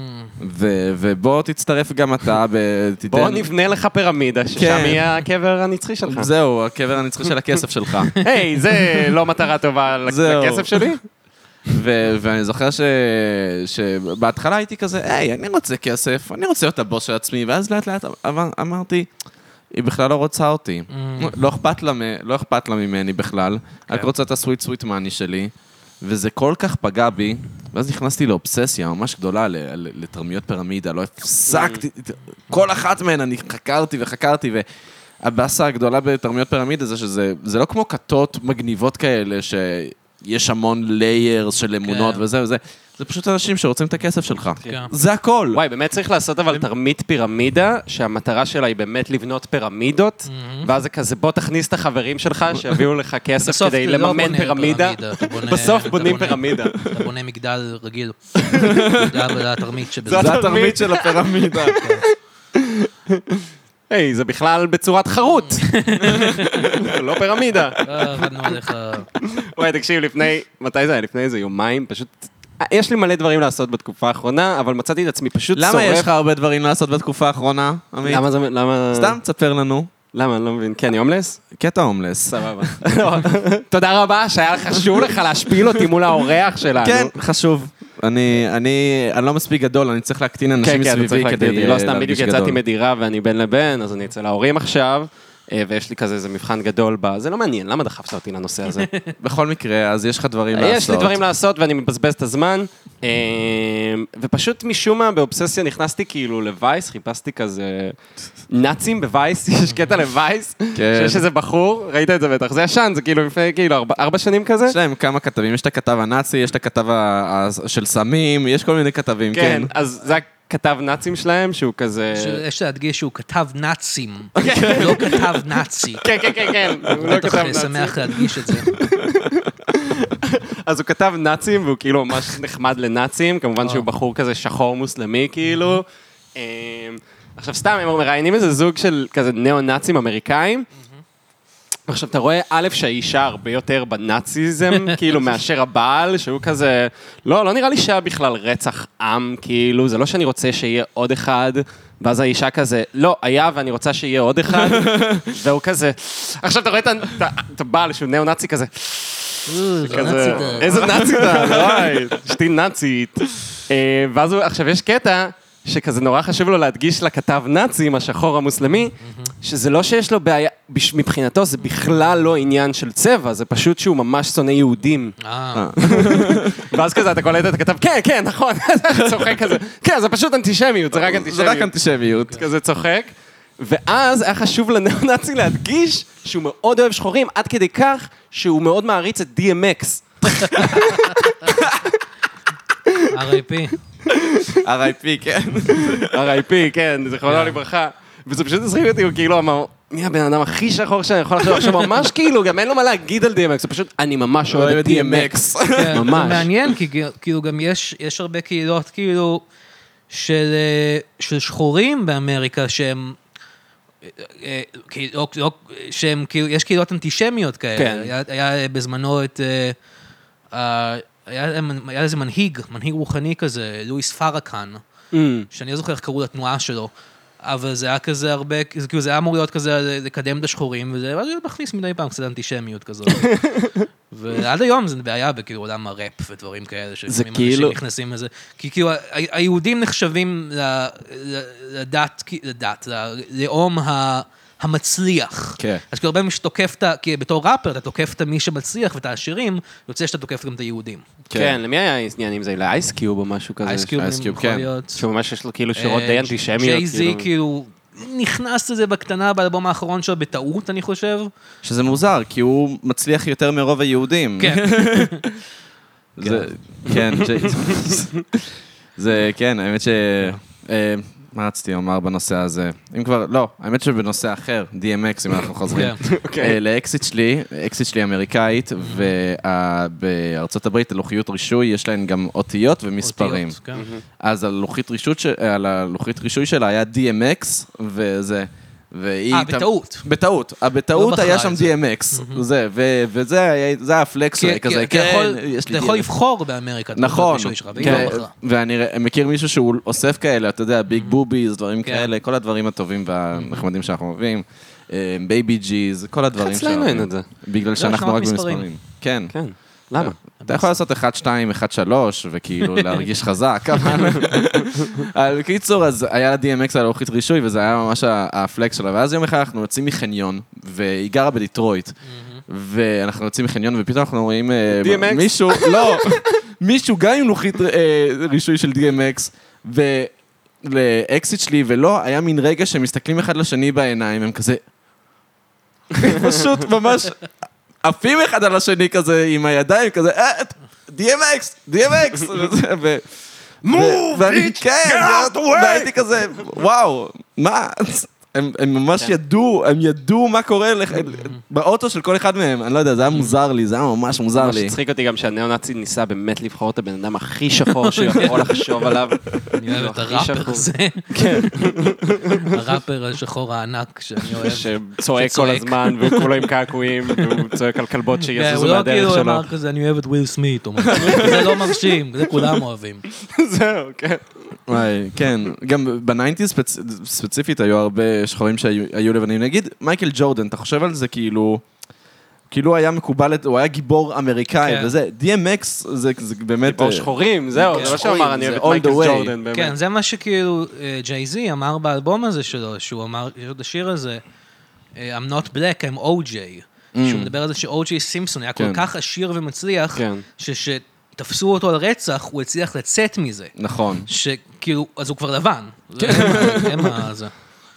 ובוא תצטרף גם אתה, בוא נבנה לך פירמידה, ששם יהיה הקבר הנצחי שלך. זהו, הקבר הנצחי של הכסף שלך. היי, זה לא מטרה טובה לכסף שלי? ואני זוכר שבהתחלה הייתי כזה, היי, אני רוצה כסף, אני רוצה להיות הבוס של עצמי, ואז לאט לאט אמרתי, היא בכלל לא רוצה אותי. לא אכפת לה ממני בכלל, רק רוצה את הסוויט סוויט מאני שלי, וזה כל כך פגע בי, ואז נכנסתי לאובססיה ממש גדולה לתרמיות פירמידה, לא הפסקתי, כל אחת מהן אני חקרתי וחקרתי, והבאסה הגדולה בתרמיות פירמידה זה שזה לא כמו כתות מגניבות כאלה, יש המון ליירס של אמונות וזה וזה. זה פשוט אנשים שרוצים את הכסף שלך. זה הכל. וואי, באמת צריך לעשות אבל תרמית פירמידה, שהמטרה שלה היא באמת לבנות פירמידות, ואז זה כזה, בוא תכניס את החברים שלך, שיביאו לך כסף כדי לממן פירמידה. בסוף בונים פירמידה. אתה בונה מגדל רגיל. זה התרמית שבזה. זה התרמית של הפירמידה. היי, זה בכלל בצורת חרוט. לא פירמידה. עבדנו עליך. וואי, תקשיב, לפני, מתי זה היה? לפני איזה יומיים, פשוט, יש לי מלא דברים לעשות בתקופה האחרונה, אבל מצאתי את עצמי פשוט צורף. למה יש לך הרבה דברים לעשות בתקופה האחרונה, עמית? למה זה, למה... סתם, תספר לנו. למה? אני לא מבין. כן, אני הומלס? קטע הומלס. סבבה. תודה רבה, שהיה חשוב לך להשפיל אותי מול האורח שלנו. כן, חשוב. אני, אני, אני לא מספיק גדול, אני צריך להקטין אנשים מסביבי כדי להרגיש גדול. לא סתם, בדיוק יצאתי מדירה ואני בן לבן, אז אני אצל ההורים עכשיו, ויש לי כזה איזה מבחן גדול ב... זה לא מעניין, למה דחפת אותי לנושא הזה? בכל מקרה, אז יש לך דברים לעשות. יש לי דברים לעשות ואני מבזבז את הזמן, ופשוט משום מה באובססיה נכנסתי כאילו לווייס, חיפשתי כזה נאצים בווייס, יש קטע לווייס, שיש איזה בחור, ראית את זה בטח, זה ישן, זה כאילו לפני כאילו ארבע שנים כזה. יש להם כמה כתבים, יש את הכתב הנאצי, יש את הכתב של סמים, יש כל מיני כתבים, כן. כן, אז זה כתב נאצים שלהם, שהוא כזה... יש להדגיש שהוא כתב נאצים, לא כתב נאצי. כן, כן, כן, כן. הוא בטח שמח להדגיש את זה. אז הוא כתב נאצים, והוא כאילו ממש נחמד לנאצים, כמובן שהוא בחור כזה שחור מוסלמי, כאילו. עכשיו סתם, הם מראיינים איזה זוג של כזה נאו-נאצים אמריקאים, עכשיו, אתה רואה, א', שהאישה הרבה יותר בנאציזם, כאילו, מאשר הבעל, שהוא כזה, לא, לא נראה לי שהיה בכלל רצח עם, כאילו, זה לא שאני רוצה שיהיה עוד אחד, ואז האישה כזה, לא, היה ואני רוצה שיהיה עוד אחד, והוא כזה, עכשיו אתה רואה את הבעל שהוא נאו-נאצי כזה, איזה נאצי אתה, וואי, אשתי נאצית. ואז הוא, עכשיו יש קטע, שכזה נורא חשוב לו להדגיש לכתב נאצים, השחור המוסלמי, שזה לא שיש לו בעיה, מבחינתו זה בכלל לא עניין של צבע, זה פשוט שהוא ממש שונא יהודים. ואז כזה אתה קולט את הכתב, כן, כן, נכון, צוחק כזה, כן, זה פשוט אנטישמיות, זה רק אנטישמיות. זה רק אנטישמיות. כזה צוחק. ואז היה חשוב לנאו-נאצי להדגיש שהוא מאוד אוהב שחורים, עד כדי כך שהוא מאוד מעריץ את די אם אקס. אר איי פי. אר איי פי, כן. אר איי פי, כן, זכרונו לברכה. וזה פשוט הצחיק אותי, הוא כאילו אמר, מי הבן אדם הכי שחור שאני יכול לחשוב עכשיו, ממש כאילו, גם אין לו מה להגיד על די אם אקס, זה פשוט, אני ממש אוהב את די אם אקס. ממש. מעניין, כי כאילו גם יש הרבה קהילות כאילו של שחורים באמריקה שהם, שהם כאילו, יש קהילות אנטישמיות כאלה. היה בזמנו את, היה איזה מנהיג, מנהיג רוחני כזה, לואיס פארקן, שאני לא זוכר איך קראו לתנועה שלו. אבל זה היה כזה הרבה, כאילו זה היה אמור להיות כזה לקדם את השחורים, וזה היה מכניס מדי פעם קצת אנטישמיות כזאת. ועד היום זה בעיה בכאילו עולם הראפ ודברים כאלה, שכאילו אנשים נכנסים לזה. כי כאילו היהודים נחשבים לדת, לדת, ללאום המצליח. אז כאילו הרבה מי שתוקף, כי בתור ראפר אתה תוקף את מי שמצליח ואת העשירים, יוצא שאתה תוקף גם את היהודים. כן, למי היה עניינים זה? לאייסקיוב או משהו כזה? אייסקיוב יכול להיות. שממש יש לו כאילו שורות די אנטישמיות. ג'יי-זי כאילו נכנס לזה בקטנה באלבום האחרון שלו בטעות, אני חושב. שזה מוזר, כי הוא מצליח יותר מרוב היהודים. כן. כן, זה, כן, האמת ש... מה רציתי לומר בנושא הזה? אם כבר, לא, האמת שבנושא אחר, די אם אקס, אם אנחנו חוזרים. לאקסיט שלי, אקסיט שלי אמריקאית, ובארצות הברית, הלוחיות רישוי, יש להן גם אותיות ומספרים. אז הלוחית רישוי שלה היה די אם אקס, וזה... אה, בטעות. בטעות. בטעות היה שם די אם אקס. זה, וזה היה הפלקס כזה. אתה יכול לבחור באמריקה. נכון. ואני מכיר מישהו שהוא אוסף כאלה, אתה יודע, ביג בוביז, דברים כאלה, כל הדברים הטובים והנחמדים שאנחנו מביאים. בייבי ג'יז, כל הדברים שלנו. אצלנו אין את זה. בגלל שאנחנו רק במספרים. כן. כן. למה? אתה יכול לעשות אחת, שתיים, אחת, שלוש, וכאילו להרגיש חזק. אבל קיצור, אז היה לה די אם אקס על הלוחית רישוי, וזה היה ממש הפלקס שלה. ואז יום אחד אנחנו יוצאים מחניון, והיא גרה בדיטרויט, ואנחנו יוצאים מחניון, ופתאום אנחנו רואים מישהו, לא, מישהו גם עם לוחית רישוי של די אם אקס, ולאקסיט שלי, ולא, היה מין רגע שהם מסתכלים אחד לשני בעיניים, הם כזה, פשוט ממש... עפים אחד על השני כזה, עם הידיים כזה, די אם אקס, די אם אקס, ואני, כן, והייתי כזה, וואו, מה? הם ממש ידעו, הם ידעו מה קורה באוטו של כל אחד מהם, אני לא יודע, זה היה מוזר לי, זה היה ממש מוזר לי. ממש הצחיק אותי גם שהניאו-נאצי ניסה באמת לבחור את הבן אדם הכי שחור שיכול לחשוב עליו. אני אוהב את הראפר הזה. כן. הראפר השחור הענק שאני אוהב. שצועק כל הזמן, וכולו עם קעקועים, והוא צועק על כלבות שיזוזו מהדרך שלו. הוא לא כאילו אמר כזה, אני אוהב את וויל סמית, זה לא מרשים, זה כולם אוהבים. זהו, כן. כן, גם בניינטיז ספציפית היו הרבה שחורים שהיו לבנים. נגיד, מייקל ג'ורדן, אתה חושב על זה כאילו, כאילו היה מקובל, הוא היה גיבור אמריקאי, וזה, די אם אקס זה באמת... גיבור שחורים, זהו, זה לא שאומר, אני אוהב את מייקל ג'ורדן, באמת. כן, זה מה שכאילו ג'יי-זי אמר באלבום הזה שלו, שהוא אמר, יש עוד השיר הזה, I'm not black, I'm או ג'יי, שהוא מדבר על זה ש-או ג'יי סימפסון היה כל כך עשיר ומצליח, שש... תפסו אותו על רצח, הוא הצליח לצאת מזה. נכון. שכאילו, אז הוא כבר לבן. כן. זה מה זה.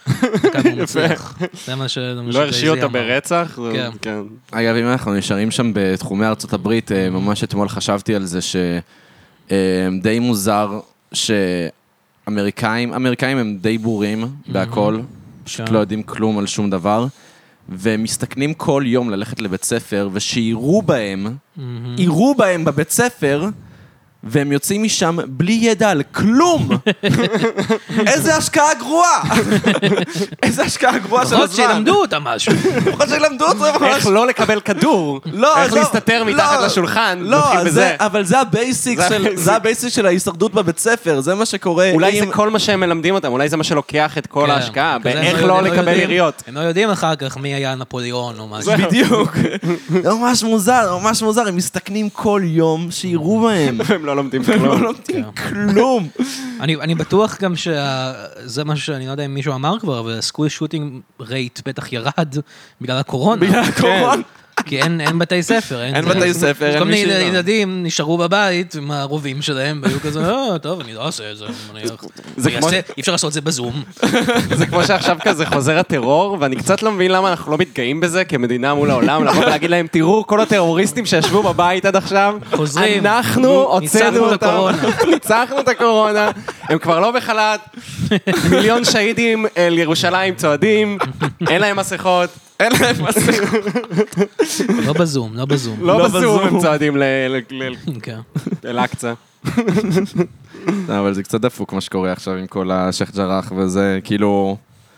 זה מה ש... לא הרשיע אותה ברצח? כן. אגב, אם אנחנו נשארים שם בתחומי ארצות הברית, ממש אתמול חשבתי על זה שדי מוזר שאמריקאים, אמריקאים הם די בורים בהכל, פשוט לא יודעים כלום על שום דבר. והם מסתכנים כל יום ללכת לבית ספר, ושיראו בהם, יראו בהם בבית ספר, והם יוצאים משם בלי ידע על כלום. איזה השקעה גרועה. איזה השקעה גרועה של הזמן. לפחות שילמדו אותה משהו. לפחות שילמדו אותה משהו. איך לא לקבל כדור. איך להסתתר מתחת לשולחן. לא, אבל זה הבייסיק של ההישרדות בבית ספר. זה מה שקורה. אולי זה כל מה שהם מלמדים אותם. אולי זה מה שלוקח את כל ההשקעה. איך לא לקבל יריות. הם לא יודעים אחר כך מי היה נפוליאון או משהו. בדיוק. ממש מוזר, ממש מוזר. הם מסתכנים כל יום שיראו בהם. לא לומדים כלום. לא לומדים כלום. אני בטוח גם שזה משהו שאני לא יודע אם מישהו אמר כבר, אבל הסקול שוטינג רייט בטח ירד בגלל הקורונה. בגלל הקורונה. כי אין בתי ספר. אין בתי ספר, אין כל מיני ילדים נשארו בבית עם הרובים שלהם, והיו כזה, אה, טוב, אני לא אעשה את זה. אי אפשר לעשות את זה בזום. זה כמו שעכשיו כזה חוזר הטרור, ואני קצת לא מבין למה אנחנו לא מתגאים בזה כמדינה מול העולם, לבוא ולהגיד להם, תראו, כל הטרוריסטים שישבו בבית עד עכשיו, אנחנו הוצאנו אותם, ניצחנו את הקורונה, הם כבר לא בחל"ת, מיליון שהידים אל ירושלים צועדים, אין להם מסכות. אין להם מסכות. לא בזום, לא בזום. לא בזום הם צועדים כן. לאל-אקצה. אבל זה קצת דפוק מה שקורה עכשיו עם כל השייח ג'ראח וזה, כאילו...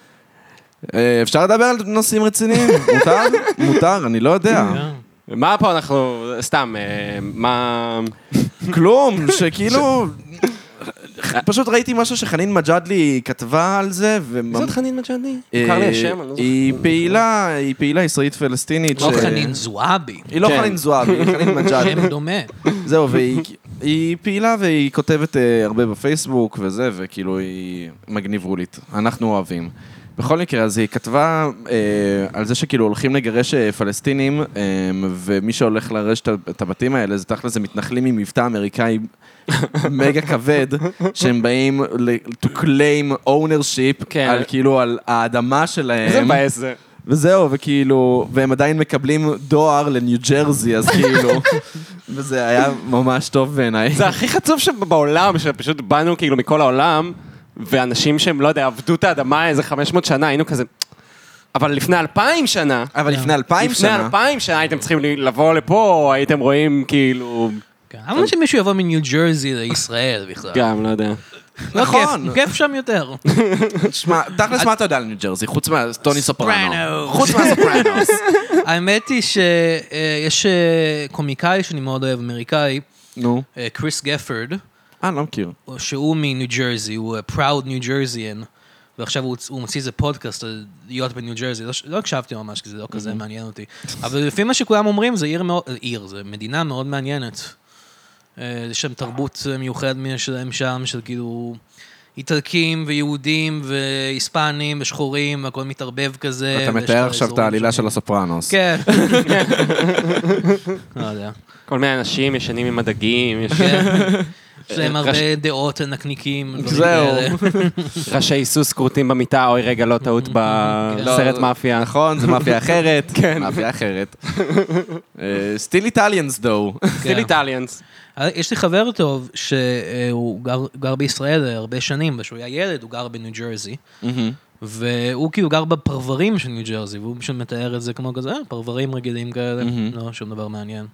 אפשר לדבר על נושאים רציניים? מותר? מותר? אני לא יודע. מה פה אנחנו... סתם, מה... כלום, שכאילו... פשוט ראיתי משהו שחנין מג'אדלי כתבה על זה, זאת חנין מג'אדלי? מוכר לי השם, אני לא זוכר. היא פעילה, היא פעילה ישראלית פלסטינית. לא חנין זועבי. היא לא חנין זועבי, היא חנין מג'אדלי. שם דומה. זהו, והיא פעילה והיא כותבת הרבה בפייסבוק וזה, וכאילו היא מגניבולית. אנחנו אוהבים. בכל מקרה, אז היא כתבה אה, על זה שכאילו הולכים לגרש פלסטינים, אה, ומי שהולך לרש את הבתים האלה, זה תכל'ס, זה מתנחלים עם מבטא אמריקאי מגה כבד, שהם באים to claim ownership, כן. על כאילו על האדמה שלהם. איזה מבאס זה. וזהו, וכאילו, והם עדיין מקבלים דואר לניו ג'רזי, אז כאילו, וזה היה ממש טוב בעיניי. זה הכי חצוף שבעולם, שפשוט באנו כאילו מכל העולם, ואנשים שהם, לא יודע, עבדו את האדמה איזה חמש מאות שנה, היינו כזה... אבל לפני אלפיים שנה... אבל לפני אלפיים שנה... לפני אלפיים שנה הייתם צריכים לבוא לפה, הייתם רואים כאילו... אבל שמישהו יבוא מניו ג'רזי לישראל בכלל. גם, לא יודע. נכון. כיף שם יותר. תשמע, תכלס מה אתה יודע על ניו ג'רזי? חוץ מהטוני סופרנו. סופרנוס. חוץ מהסופרנוס. האמת היא שיש קומיקאי שאני מאוד אוהב, אמריקאי, נו. קריס גפרד, אה, לא מכיר. שהוא מניו ג'רזי, הוא פראוד ניו ג'רזיאן, ועכשיו הוא מוציא איזה פודקאסט על להיות בניו ג'רזי, לא הקשבתי ממש, כי זה לא כזה מעניין אותי. אבל לפי מה שכולם אומרים, זה עיר מאוד, עיר, זה מדינה מאוד מעניינת. יש שם תרבות מיוחדת שלהם שם, של כאילו איטלקים ויהודים והיספנים ושחורים, והכל מתערבב כזה. אתה מתאר עכשיו את העלילה של הסופרנוס. כן. לא יודע. כל מיני אנשים ישנים עם הדגים, יש... יש להם הרבה דעות נקניקים. זהו. ראשי סוס קרוטים במיטה, אוי רגע, לא טעות בסרט מאפיה. נכון, זה מאפיה אחרת. כן. מאפיה אחרת. סטיל איטליאנס דו. סטיל איטליאנס. יש לי חבר טוב שהוא גר בישראל הרבה שנים, ושהוא היה ילד, הוא גר בניו ג'רזי, והוא כאילו גר בפרברים של ניו ג'רזי, והוא פשוט מתאר את זה כמו כזה, פרברים רגילים כאלה, לא, שום דבר מעניין.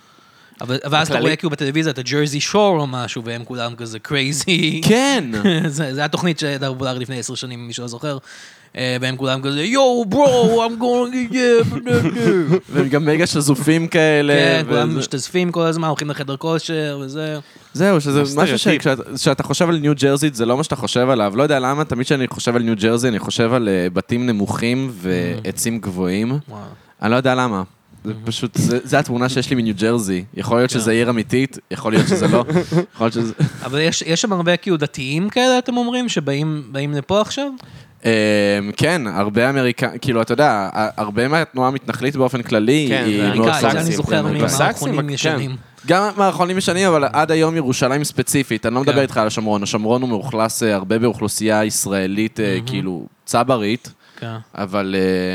ואז אתה רואה כאילו בטלוויזיה את הג'רזי שור או משהו, והם כולם כזה קרייזי. כן. זה התוכנית שהייתה פופולרית לפני עשר שנים, אם מישהו לא זוכר. והם כולם כזה, יו, ברו, I'm going to get... והם גם מגה שזופים כאלה. כן, כולם משתזפים כל הזמן, הולכים לחדר כושר וזה. זהו, שזה משהו שכשאתה חושב על ניו ג'רזי, זה לא מה שאתה חושב עליו. לא יודע למה, תמיד כשאני חושב על ניו ג'רזי, אני חושב על בתים נמוכים ועצים גבוהים. אני לא יודע למה. זה פשוט, זה התמונה שיש לי מניו ג'רזי. יכול להיות שזה עיר אמיתית, יכול להיות שזה לא. יכול להיות שזה... אבל יש שם הרבה כאילו דתיים כאלה, אתם אומרים, שבאים לפה עכשיו? כן, הרבה אמריקאים, כאילו, אתה יודע, הרבה מהתנועה המתנחלית באופן כללי, היא מאוד סקסית. זה אני זוכר ממערכונים ישנים. גם מערכונים ישנים, אבל עד היום ירושלים ספציפית, אני לא מדבר איתך על השומרון, השומרון הוא מאוכלס הרבה באוכלוסייה ישראלית, כאילו, צברית, אבל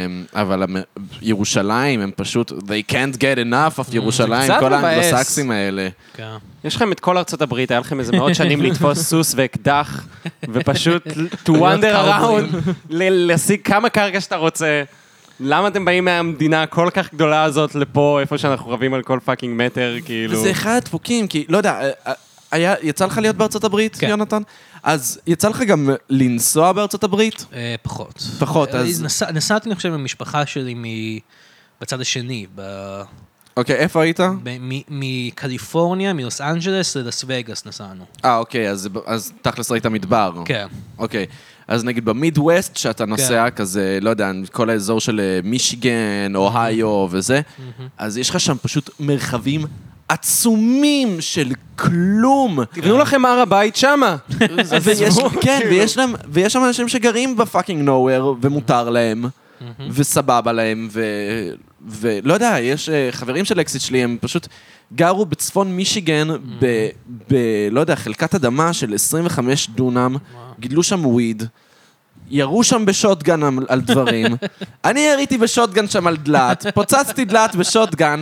ירושלים, הם פשוט, they can't get enough of ירושלים, כל האנגלוסקסים האלה. יש לכם את כל ארצות הברית, היה לכם איזה מאות שנים לתפוס סוס ואקדח, ופשוט to wander around, להשיג כמה קרקע שאתה רוצה. למה אתם באים מהמדינה הכל כך גדולה הזאת לפה, איפה שאנחנו רבים על כל פאקינג מטר, כאילו... וזה אחד הדפוקים, כי, לא יודע, יצא לך להיות בארצות הברית, יונתן? אז יצא לך גם לנסוע בארצות הברית? פחות. פחות, אז... נסעתי, אני חושב, במשפחה שלי בצד השני, ב... אוקיי, איפה היית? מקליפורניה, מלוס אנג'לס ללס וגאס נסענו. אה, אוקיי, אז תכלס ראית מדבר. כן. אוקיי, אז נגיד במידווסט, שאתה נוסע כזה, לא יודע, כל האזור של מישיגן, אוהיו וזה, אז יש לך שם פשוט מרחבים עצומים של כלום. תבנו לכם הר הבית שמה. כן, ויש שם אנשים שגרים בפאקינג נוואר, ומותר להם, וסבבה להם, ולא יודע, יש חברים של אקסיט שלי, הם פשוט גרו בצפון מישיגן, ב, לא יודע, חלקת אדמה של עשרים וחמישה דונם, גידלו שם וויד, ירו שם בשוטגן על דברים, אני יריתי בשוטגן שם על דלת, פוצצתי דלת בשוטגן,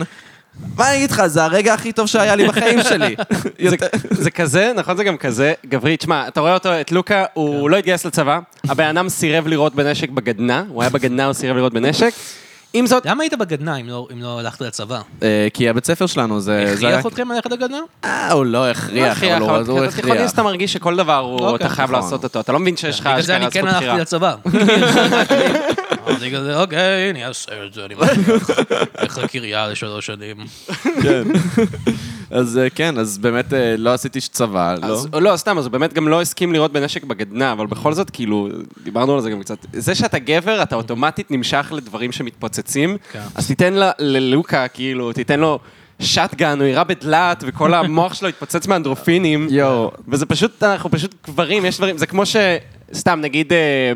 מה אני אגיד לך, זה הרגע הכי טוב שהיה לי בחיים שלי. זה כזה, נכון זה גם כזה, גברי, תשמע, אתה רואה אותו, את לוקה, הוא לא התגייס לצבא, הבן אדם סירב לראות בנשק בגדנה, הוא היה בגדנה, הוא סירב לראות בנשק. עם זאת... למה היית בגדנה אם לא הלכת לצבא? כי הבית ספר שלנו זה... הכריח אתכם ללכת לגדנה? אה, הוא לא הכריח, אבל הוא הכריח. תיכוניסט אתה מרגיש שכל דבר אתה חייב לעשות אותו, אתה לא מבין שיש לך בגלל זה אני כן הלכתי לצבא. אמרתי כזה, אוקיי, אני אעשה את זה, אני מלך לקריה לשלוש שנים. כן. אז כן, אז באמת לא עשיתי צבא, לא? לא, סתם, אז הוא באמת גם לא הסכים לראות בנשק בגדנה, אבל בכל זאת, כאילו, דיברנו על זה גם קצת. זה שאתה גבר, אתה אוטומטית נמשך לדברים שמתפוצצים, אז תיתן ללוקה, כאילו, תיתן לו שטגן, הוא ירה בדלת, וכל המוח שלו יתפוצץ מאנדרופינים, וזה פשוט, אנחנו פשוט גברים, יש דברים, זה כמו ש... סתם, נגיד...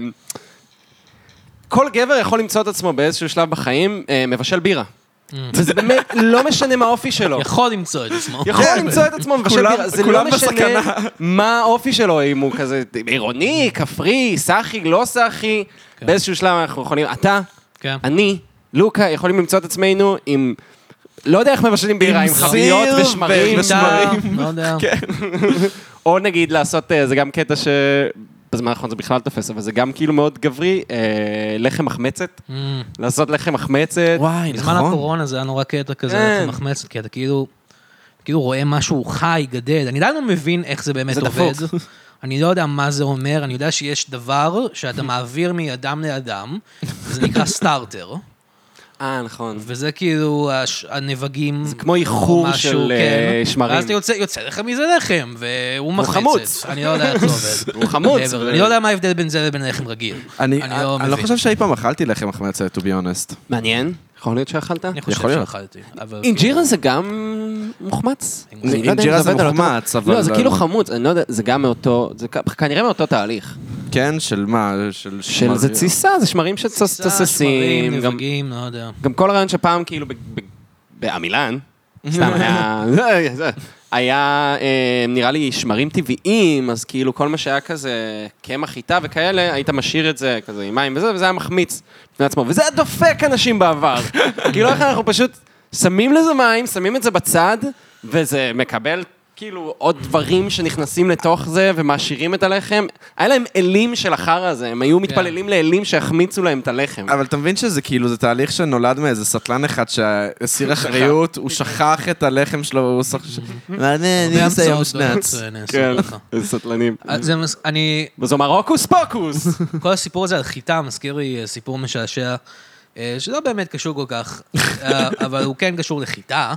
כל גבר יכול למצוא את עצמו באיזשהו שלב בחיים, מבשל בירה. וזה באמת לא משנה מה האופי שלו. יכול למצוא את עצמו. יכול למצוא את עצמו מבשל בירה. זה לא משנה מה האופי שלו, אם הוא כזה עירוני, כפרי, סחי, לא סחי. באיזשהו שלב אנחנו יכולים, אתה, אני, לוקה, יכולים למצוא את עצמנו עם... לא יודע איך מבשלים בירה, עם חביות ושמרים. לא יודע. או נגיד לעשות, זה גם קטע ש... בזמן האחרון זה בכלל תופס, אבל זה גם כאילו מאוד גברי, לחם מחמצת, לעשות לחם מחמצת. וואי, נכון. בזמן הקורונה זה היה נורא קטע כזה, לחם מחמצת, כי אתה כאילו רואה משהו חי, גדל, אני עדיין לא מבין איך זה באמת עובד, אני לא יודע מה זה אומר, אני יודע שיש דבר שאתה מעביר מאדם לאדם, וזה נקרא סטארטר. אה, נכון. וזה כאילו הנבגים... זה כמו איחור של שמרים. ואז אתה יוצא לך מזה לחם, והוא מחמצת. אני לא יודע איך זה עובד. הוא חמוץ. אני לא יודע מה ההבדל בין זה לבין לחם רגיל. אני לא חושב שאי פעם אכלתי לחם מחמצת, to be honest. מעניין. יכול להיות שאכלת? אני חושב שאכלתי. אינג'ירה זה גם מוחמץ? אינג'ירה זה מוחמץ, אבל... לא, זה כאילו חמוץ, אני לא יודע, זה גם מאותו... זה כנראה מאותו תהליך. כן, של מה? של זה ציסה, זה שמרים שתוססים. שמרים, נבגים, לא יודע. גם כל הרעיון שפעם כאילו בעמילן, סתם היה... היה, נראה לי, שמרים טבעיים, אז כאילו כל מה שהיה כזה קמח חיטה וכאלה, היית משאיר את זה כזה עם מים וזה, וזה היה מחמיץ בפני עצמו. וזה היה דופק אנשים בעבר. כאילו איך אנחנו פשוט שמים לזה מים, שמים את זה בצד, וזה מקבל כאילו עוד דברים שנכנסים לתוך זה ומעשירים את הלחם. היה להם אלים של החרא הזה, הם היו מתפללים לאלים שהחמיצו להם את הלחם. אבל אתה מבין שזה כאילו, זה תהליך שנולד מאיזה סטלן אחד שהסיר אחריות, הוא שכח את הלחם שלו, הוא שכח... אני עושה יום שנץ. כן, סטלנים. וזה אומר הוקוס פוקוס. כל הסיפור הזה על חיטה מזכיר לי סיפור משעשע, שלא באמת קשור כל כך, אבל הוא כן קשור לחיטה.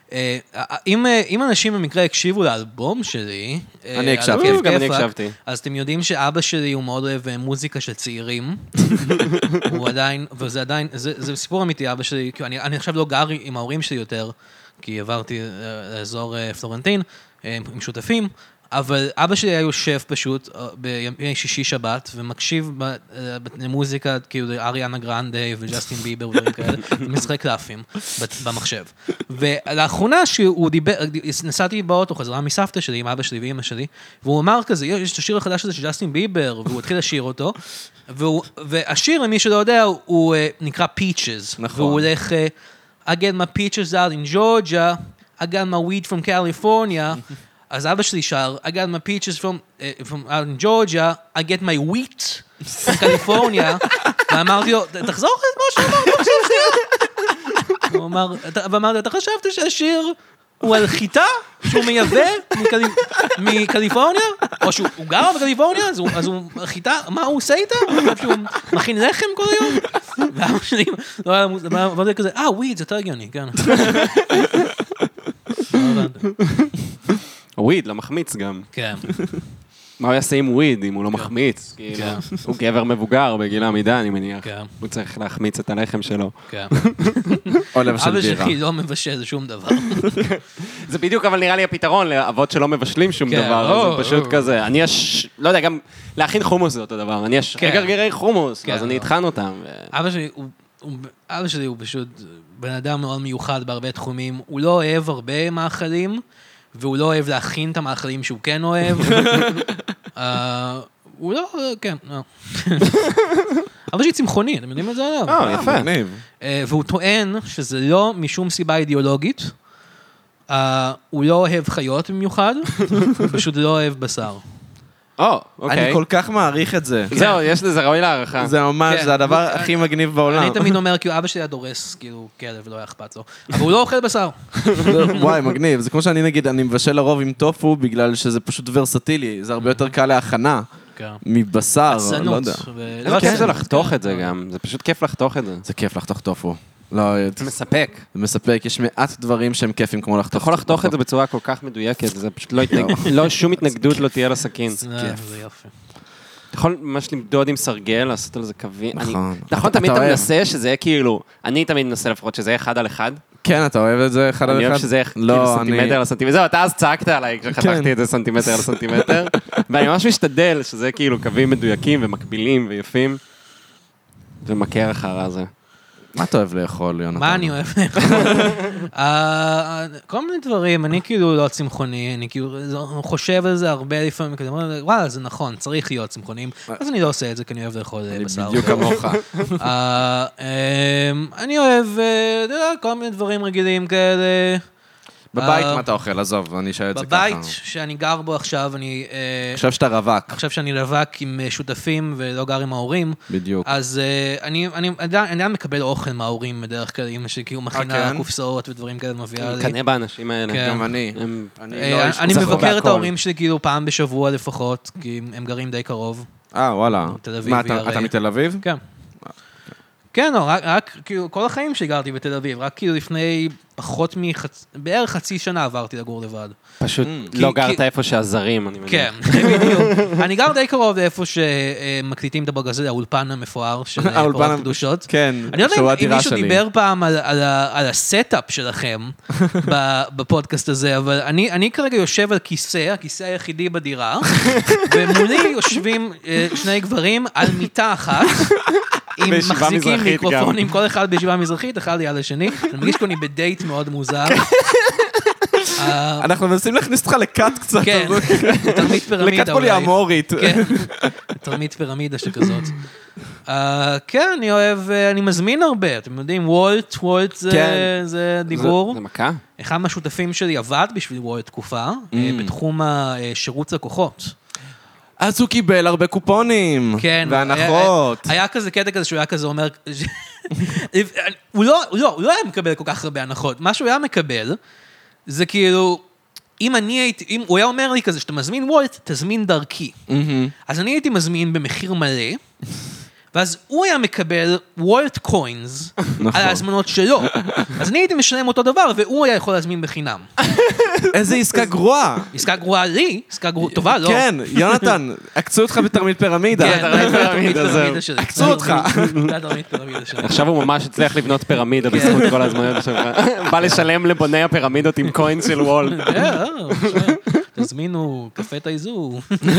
אם אנשים במקרה הקשיבו לאלבום שלי, אני הקשבתי, גם אני הקשבתי. אז אתם יודעים שאבא שלי הוא מאוד אוהב מוזיקה של צעירים, הוא עדיין, וזה עדיין, זה סיפור אמיתי, אבא שלי, אני עכשיו לא גר עם ההורים שלי יותר, כי עברתי לאזור פלורנטין, עם שותפים, אבל אבא שלי היה יושב פשוט בימי שישי שבת, ומקשיב למוזיקה, כאילו אריאנה גרנדה וג'סטין ביבר ודברים כאלה, ומשחק קלפים במחשב. ולאחרונה שהוא דיבר, נסעתי באוטו חזרה מסבתא שלי, עם אבא שלי ואמא שלי, והוא אמר כזה, יש את השיר החדש הזה של ג'סטין ביבר, והוא התחיל לשיר אותו, והשיר, למי שלא יודע, הוא נקרא Peaches, והוא הולך, I get my peaches out in Georgia, I got my weed from California, אז אבא שלי שר, I got my peaches from, uh, from out in Georgia, I get my wheat from California, ואמרתי לו, תחזור את מה שאמרת עכשיו שיר. הוא אמר, ואמרתי, אתה חשבת שהשיר הוא על חיטה שהוא מייבא מקליפורניה, או שהוא גר בקליפורניה, אז הוא חיטה, מה הוא עושה איתה? שהוא מכין לחם כל היום? ואבא שלי, ואמרתי כזה, אה, וויד, זה יותר הגיוני, כן. וויד, לא מחמיץ גם. כן. מה הוא יעשה עם וויד אם הוא לא מחמיץ? הוא גבר מבוגר בגיל העמידה, אני מניח. הוא צריך להחמיץ את הלחם שלו. כן. או לבשל אבא בירה. שלי לא מבשל שום דבר. זה בדיוק, אבל נראה לי הפתרון לאבות שלא מבשלים שום דבר. זה פשוט כזה. אני יש, לא יודע, גם להכין חומוס זה אותו דבר. אני יש גרגרי חומוס, אז אני אטחן אותם. אבא שלי הוא... אבא שלי הוא פשוט בן אדם מאוד מיוחד בהרבה תחומים. הוא לא אוהב הרבה מאכלים, והוא לא אוהב להכין את המאכלים שהוא כן אוהב. הוא לא, כן, לא. אבא שלי צמחוני, אתם יודעים את זה עליו? אה, יפה. מגניב. והוא טוען שזה לא משום סיבה אידיאולוגית, הוא לא אוהב חיות במיוחד, הוא פשוט לא אוהב בשר. או, אני אוקיי. כל כך מעריך את זה. זהו, יש לזה ראוי להערכה. זה ממש, כן. זה הדבר אני- הכי מגניב בעולם. אני תמיד אומר, כאילו, אבא שלי היה דורס, כאילו, כלב, ולא היה אכפת לו. אבל הוא לא אוכל בשר. וואי, מגניב. זה כמו שאני נגיד, אני מבשל לרוב עם טופו, בגלל שזה פשוט ורסטילי. זה הרבה יותר קל להכנה כן. מבשר, לא עצנות. יודע. ו- איזה כיף זה כן. לחתוך את זה גם. זה פשוט כיף לחתוך את זה. זה כיף לחתוך טופו. לא, זה מספק. זה מספק. יש מעט דברים שהם כיפים כמו אתה לחתוך. יכול לחתוך את זה בצורה כל כך מדויקת, זה פשוט לא התנג... לא, שום התנגדות לא תהיה לסכין. אה, זה יופי. אתה יכול ממש למדוד עם סרגל, לעשות על זה קווים. נכון. אני- אתה- נכון, תמיד אתה אתה אוהב. מנסה שזה יהיה כאילו, אני תמיד מנסה לפחות שזה יהיה אחד על אחד. כן, אתה אוהב את זה אחד על אחד? אני אוהב שזה יהיה לא, כאילו אני- סנטימטר על סנטימטר. זהו, אתה אז צעקת עליי כשחתכתי כן. את זה סנטימטר על סנטימטר, ואני ממש משתדל שזה כאילו קווים מדויקים ומקבילים ויפים, ומכה אחר הזה. מה אתה אוהב לאכול, יונתן? מה אני אוהב? אה, כל מיני דברים, אני כאילו לא צמחוני, אני כאילו חושב על זה הרבה לפעמים, כזה, וואלה, זה נכון, צריך להיות צמחונים, אז אני לא עושה את זה, כי אני אוהב לאכול אני בשר. בדיוק כמוך. אה, אמ, אני אוהב, אה, אתה יודע, כל מיני דברים רגילים כאלה. בבית אה, מה אתה אוכל? עזוב, אני אשאל את זה ככה. בבית שאני גר בו עכשיו, אני... אה, עכשיו שאתה רווק. עכשיו שאני רווק עם אה, שותפים ולא גר עם ההורים, בדיוק. אז uh, אני, אני, אני, עדיין- אני עדיין מקבל אוכל מההורים בדרך כלל, אמא שכאילו מכינה כן? קופסאות ודברים כאלה מביאה לי. קנה באנשים האלה. כן. גם אני. הם- אני אה, לא איש אני כזה מבקר בהכל. את ההורים שלי כאילו פעם בשבוע לפחות, כי הם- הם גרים די קרוב. אה, וואלה. תל אביב מה, היא אתה- הרי- אתה מתל אביב? כן. כן, לא, רק, רק כאילו, כל החיים שלי גרתי בתל אביב, רק כאילו לפני פחות מחצי, בערך חצי שנה עברתי לגור לבד. פשוט כי- לא כי- גרת איפה שהזרים, אני מניח. כן, בדיוק. אני גר די קרוב לאיפה שמקליטים את הברגז, האולפן המפואר של האולפן פרות המ- קדושות. כן, אני לא יודע שהוא אם- אם הדירה מישהו שלי. דיבר פעם על, על, ה- על הסטאפ שלכם ב- בפודקאסט הזה, אבל אני, אני כרגע יושב על כיסא, הכיסא היחידי בדירה, ומולי יושבים אה, שני גברים על מיטה אחת, עם בישיבה מחזיקים מזרחית מיקרופונים, כל אחד בישיבה מזרחית, אחד ליד השני. אני מרגיש כאילו אני בדייט מאוד מוזר. אה, אנחנו מנסים להכניס אותך לקאט קצת. כן, תרמית פירמידה לקאט אולי. פוליאמורית. כן, תרמית פירמידה שכזאת. אה, כן, אני אוהב, אה, אני מזמין הרבה, אתם יודעים, וולט, וולט זה- כן. זה דיבור. זה מכה? אחד מהשותפים שלי עבד בשביל וולט תקופה, אה, בתחום השירות לקוחות. אז הוא קיבל הרבה קופונים. כן. והנחות. היה, היה כזה קטע כזה שהוא היה כזה אומר, הוא לא, הוא לא, הוא לא היה מקבל כל כך הרבה הנחות. מה שהוא היה מקבל, זה כאילו, אם אני הייתי, אם הוא היה אומר לי כזה, שאתה מזמין וולט, תזמין דרכי. מהמם. אז אני הייתי מזמין במחיר מלא, ואז הוא היה מקבל וולט קוינס על ההזמנות שלו. אז אני הייתי משלם אותו דבר, והוא היה יכול להזמין בחינם. איזה עסקה גרועה. עסקה גרועה לי, עסקה גרועה, טובה, לא. כן, יונתן, עקצו אותך בתרמית פירמידה. כן, תרמית זה התרמית פירמידה, זהו. פירמידה שלי. עקצו אותך. זה התרמית פירמידה שלי. עכשיו הוא ממש הצליח לבנות פירמידה כן. בזכות כל הזמנות שלך. בא לשלם לבוני הפירמידות עם קוינס של וולט. אה, תזמינו קפה תאיזו.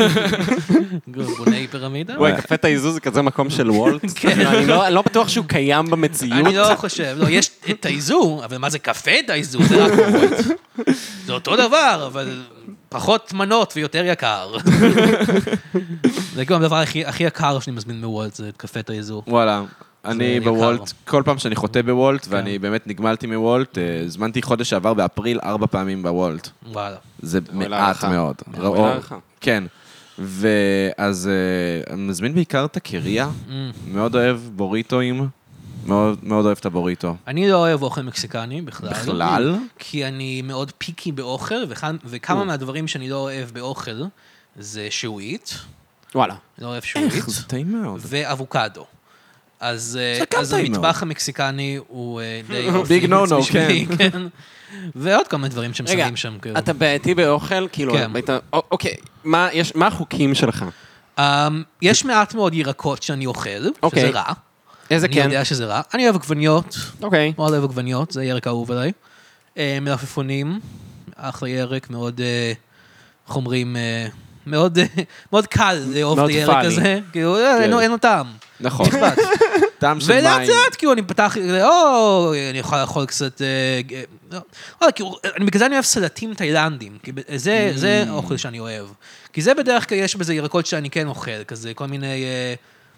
בוני פירמידה. וואי, קפה תאיזו זה כזה מקום של וולט. אני לא אני לא בטוח שהוא קיים במציאות. אני לא חושב, לא, יש את תאיזו, אבל מה זה קפה תאיזו? זה רק וולט. זה אותו דבר, אבל פחות מנות ויותר יקר. זה כאילו הדבר הכי הכי יקר שאני מזמין מוולט, זה קפה תאיזו. וואלה. אני יקר. בוולט, כל פעם שאני חוטא בוולט, ואני באמת נגמלתי מוולט, אה, הזמנתי חודש שעבר באפריל ארבע פעמים בוולט. וואלה. זה ראוי מעט להערכה. מאוד. ראוי או- להערכה. כן. ואז אה, אני מזמין בעיקר את הקריה, מאוד אוהב בוריטואים, מאוד מאוד אוהב את הבוריטו. אני לא אוהב אוכל מקסיקני בכלל. בכלל? כי אני מאוד פיקי באוכל, וכאן- וכמה מהדברים שאני לא אוהב באוכל זה שעועית, וואלה. אני לא אוהב שעועית, איך, זה טעים מאוד. ואבוקדו. אז, אה, זה גם אז טעים המטבח המקסיקני הוא אה, די אופי Big no-no, בשבילי, כן. ועוד כמה דברים שהם רגע, שמים שם. כאילו. אתה בעייתי באוכל? כאילו, כן. היית- א- אוקיי, מה יש- מה החוקים שלך? אמ, יש מעט מאוד ירקות שאני אוכל, אוקיי. שזה רע. איזה אני כן? יודע שזה רע. אני אוהב עגבניות, אוקיי. מאוד אוהב עגבניות, זה ירק אהוב עליי. אה, מלפפונים, אחלה ירק, מאוד, אה, איך אומרים, אה, מאוד אה, מאוד קל לאהוב את מאוד הירק פאני. הזה, כאילו, אה, אין לו- אין לו טעם. נכון. אכפת. טעם של ולאט מים. לאט, כאילו, אני פתח, או, אני יכול לאכול קצת, אה, אה, לא, לא, כאילו, אני- בגלל זה אני אוהב סלטים תאילנדים, כי ב- זה זה האוכל שאני אוהב. כי זה בדרך כלל יש בזה ירקות שאני כן אוכל, כזה כל מיני, אה,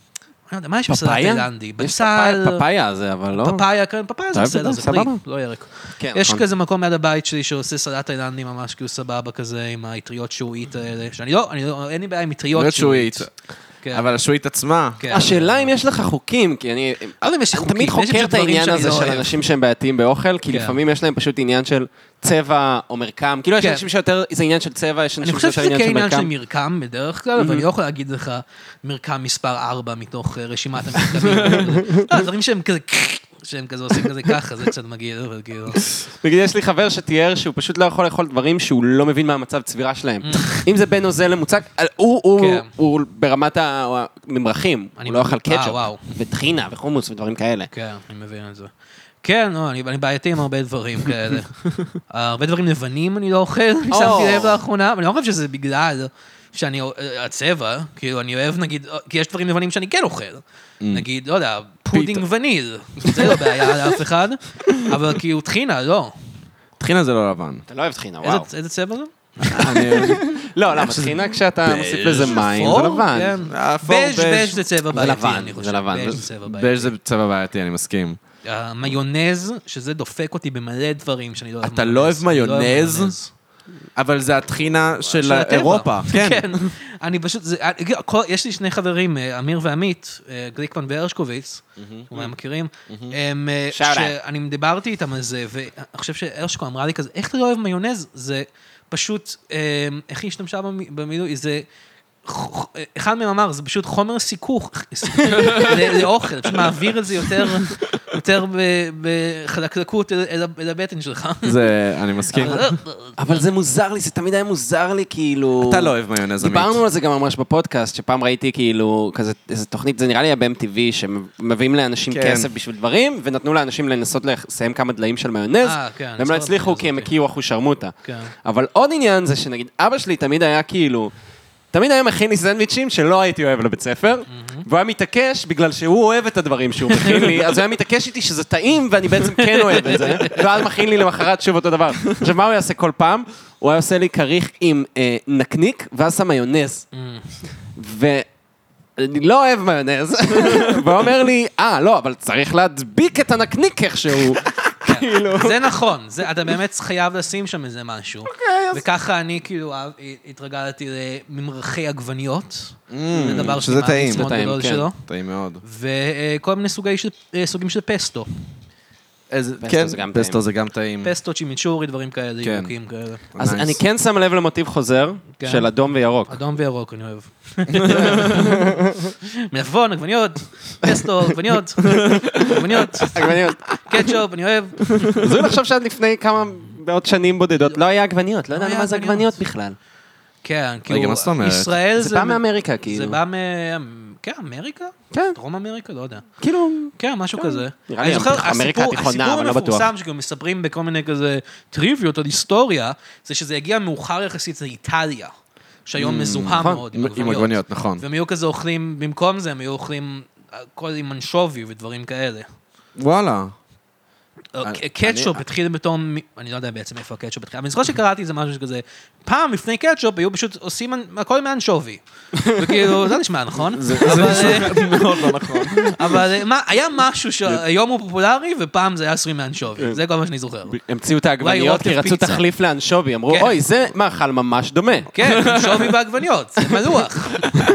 לא יודע, מה יש בסלט תאילנדי? יש בצל... פפאיה זה, אבל לא... פפאיה, כן, פפאיה זה בסדר, זה פרי, לא ירק. יש כזה מקום ליד הבית שלי שעושה סלט תאילנדי ממש כאילו סבבה כזה, עם האטריות שועית האלה, שאני לא, אין לי בעיה עם אטריות שועית. אבל השועית עצמה. השאלה אם יש לך חוקים, כי אני תמיד חוקר את העניין הזה של אנשים שהם בעייתיים באוכל, כי לפעמים יש להם פשוט עניין של צבע או מרקם, כאילו יש אנשים שיותר, זה עניין של צבע, יש אנשים שיותר עניין של מרקם. אני חושב שזה כעניין של מרקם בדרך כלל, אבל אני לא יכול להגיד לך מרקם מספר ארבע מתוך רשימת המרקמים. לא, דברים שהם כזה, שהם כזה עושים כזה ככה, זה קצת מגיע, אבל כאילו... נגיד, יש לי חבר שתיאר שהוא פשוט לא יכול לאכול דברים שהוא לא מבין מה המצב צבירה שלהם. אם זה בין נוזל למוצק, הוא ברמת הממרחים, הוא לא אוכל קטשופ, וטחינה וחומוס ודברים כאלה. כן, אני מבין את זה. כן, לא, אני בעייתי עם הרבה דברים כאלה. הרבה דברים לבנים אני לא אוכל, אני שמתי לב לאחרונה, אבל אני לא חושב שזה בגלל שאני, הצבע, כאילו אני אוהב נגיד, כי יש דברים לבנים שאני כן אוכל. נגיד, לא יודע, פודינג וניל, זה לא בעיה לאף אחד, אבל כאילו טחינה, לא. טחינה זה לא לבן. אתה לא אוהב טחינה, וואו. איזה צבע זה? לא, למה, טחינה כשאתה מוסיף לזה מים, זה לבן. בז' בז' זה צבע בעייתי, אני חושב. זה לבן, בז' זה צבע בעייתי, אני מסכים. המיונז, שזה דופק אותי במלא דברים שאני לא אוהב. אתה לא אוהב מיונז? אבל זה הטחינה של אירופה. כן. אני פשוט, יש לי שני חברים, אמיר ועמית, גליקמן והרשקוביץ, אולי מכירים, שאני דיברתי איתם על זה, ואני חושב שהרשקו אמרה לי כזה, איך אתה לא אוהב מיונז? זה פשוט, איך היא השתמשה במילוי? זה... אחד מהם אמר, זה פשוט חומר סיכוך לאוכל, פשוט מעביר את זה יותר, יותר בחלקלקות אל הבטן שלך. זה, אני מסכים. אבל זה מוזר לי, זה תמיד היה מוזר לי, כאילו... אתה לא אוהב מיונז, עמית. דיברנו על זה גם ממש בפודקאסט, שפעם ראיתי כאילו, כזה, איזו תוכנית, זה נראה לי ב-אם טי וי, שמביאים לאנשים כסף בשביל דברים, ונתנו לאנשים לנסות לסיים כמה דליים של מיונז, והם לא הצליחו כי הם הקיעו אחוז שרמוטה. אבל עוד עניין זה שנגיד, אבא שלי תמיד היה כאילו, תמיד היה מכין לי סנדוויצ'ים שלא הייתי אוהב לבית ספר, והוא היה מתעקש בגלל שהוא אוהב את הדברים שהוא מכין לי, אז הוא היה מתעקש איתי שזה טעים, ואני בעצם כן אוהב את זה, ואז מכין לי למחרת שוב אותו דבר. עכשיו, מה הוא יעשה כל פעם? הוא היה עושה לי כריך עם נקניק, ואז שם מיונז. ואני לא אוהב מיונז, והוא אומר לי, אה, לא, אבל צריך להדביק את הנקניק איכשהו. זה נכון, אתה באמת חייב לשים שם איזה משהו. וככה אני כאילו התרגלתי לממרחי עגבניות. זה דבר שזה טעים, מאוד גדול שלו. טעים מאוד. וכל מיני סוגים של פסטו. כן, פסטו זה גם טעים. פסטו, צ'ימיצ'ורי, דברים כאלה, ירוקים כאלה. אז אני כן שם לב למוטיב חוזר של אדום וירוק. אדום וירוק, אני אוהב. מלפון, עגבניות, פסטו, עגבניות, עגבניות, עגבניות. קטשופ, אני אוהב. זו לחשוב שעד לפני כמה מאות שנים בודדות לא היה עגבניות, לא יודע מה זה עגבניות בכלל. כן, כאילו, ישראל זה... זה בא מאמריקה, כאילו. זה בא מ... כן, אמריקה? כן. דרום אמריקה, לא יודע. כאילו... כן, משהו כזה. נראה לי אמריקה התיכונה, אבל לא בטוח. הסיפור המפורסם שגם מספרים בכל מיני כזה טריוויות על היסטוריה, זה שזה הגיע מאוחר יחסית לאיטליה, שהיום מזוהם מאוד עם עגבניות, נכון. והם היו כזה אוכלים, במקום זה הם היו אוכלים כל עם אנשובי ודברים כאלה. וואלה. קטשופ התחיל בתור, אני לא יודע בעצם איפה הקטשופ התחיל, אבל אני זוכר שקראתי זה משהו שכזה, פעם לפני קטשופ היו פשוט עושים הכל מאנשובי. וכאילו, זה נשמע נכון. זה מאוד לא נכון. אבל היה משהו שהיום הוא פופולרי, ופעם זה היה עשרים מאנשובי. זה כל מה שאני זוכר. המציאו את העגבניות כי רצו תחליף לאנשובי. אמרו, אוי, זה מאכל ממש דומה. כן, אנשובי בעגבניות, זה מלוח.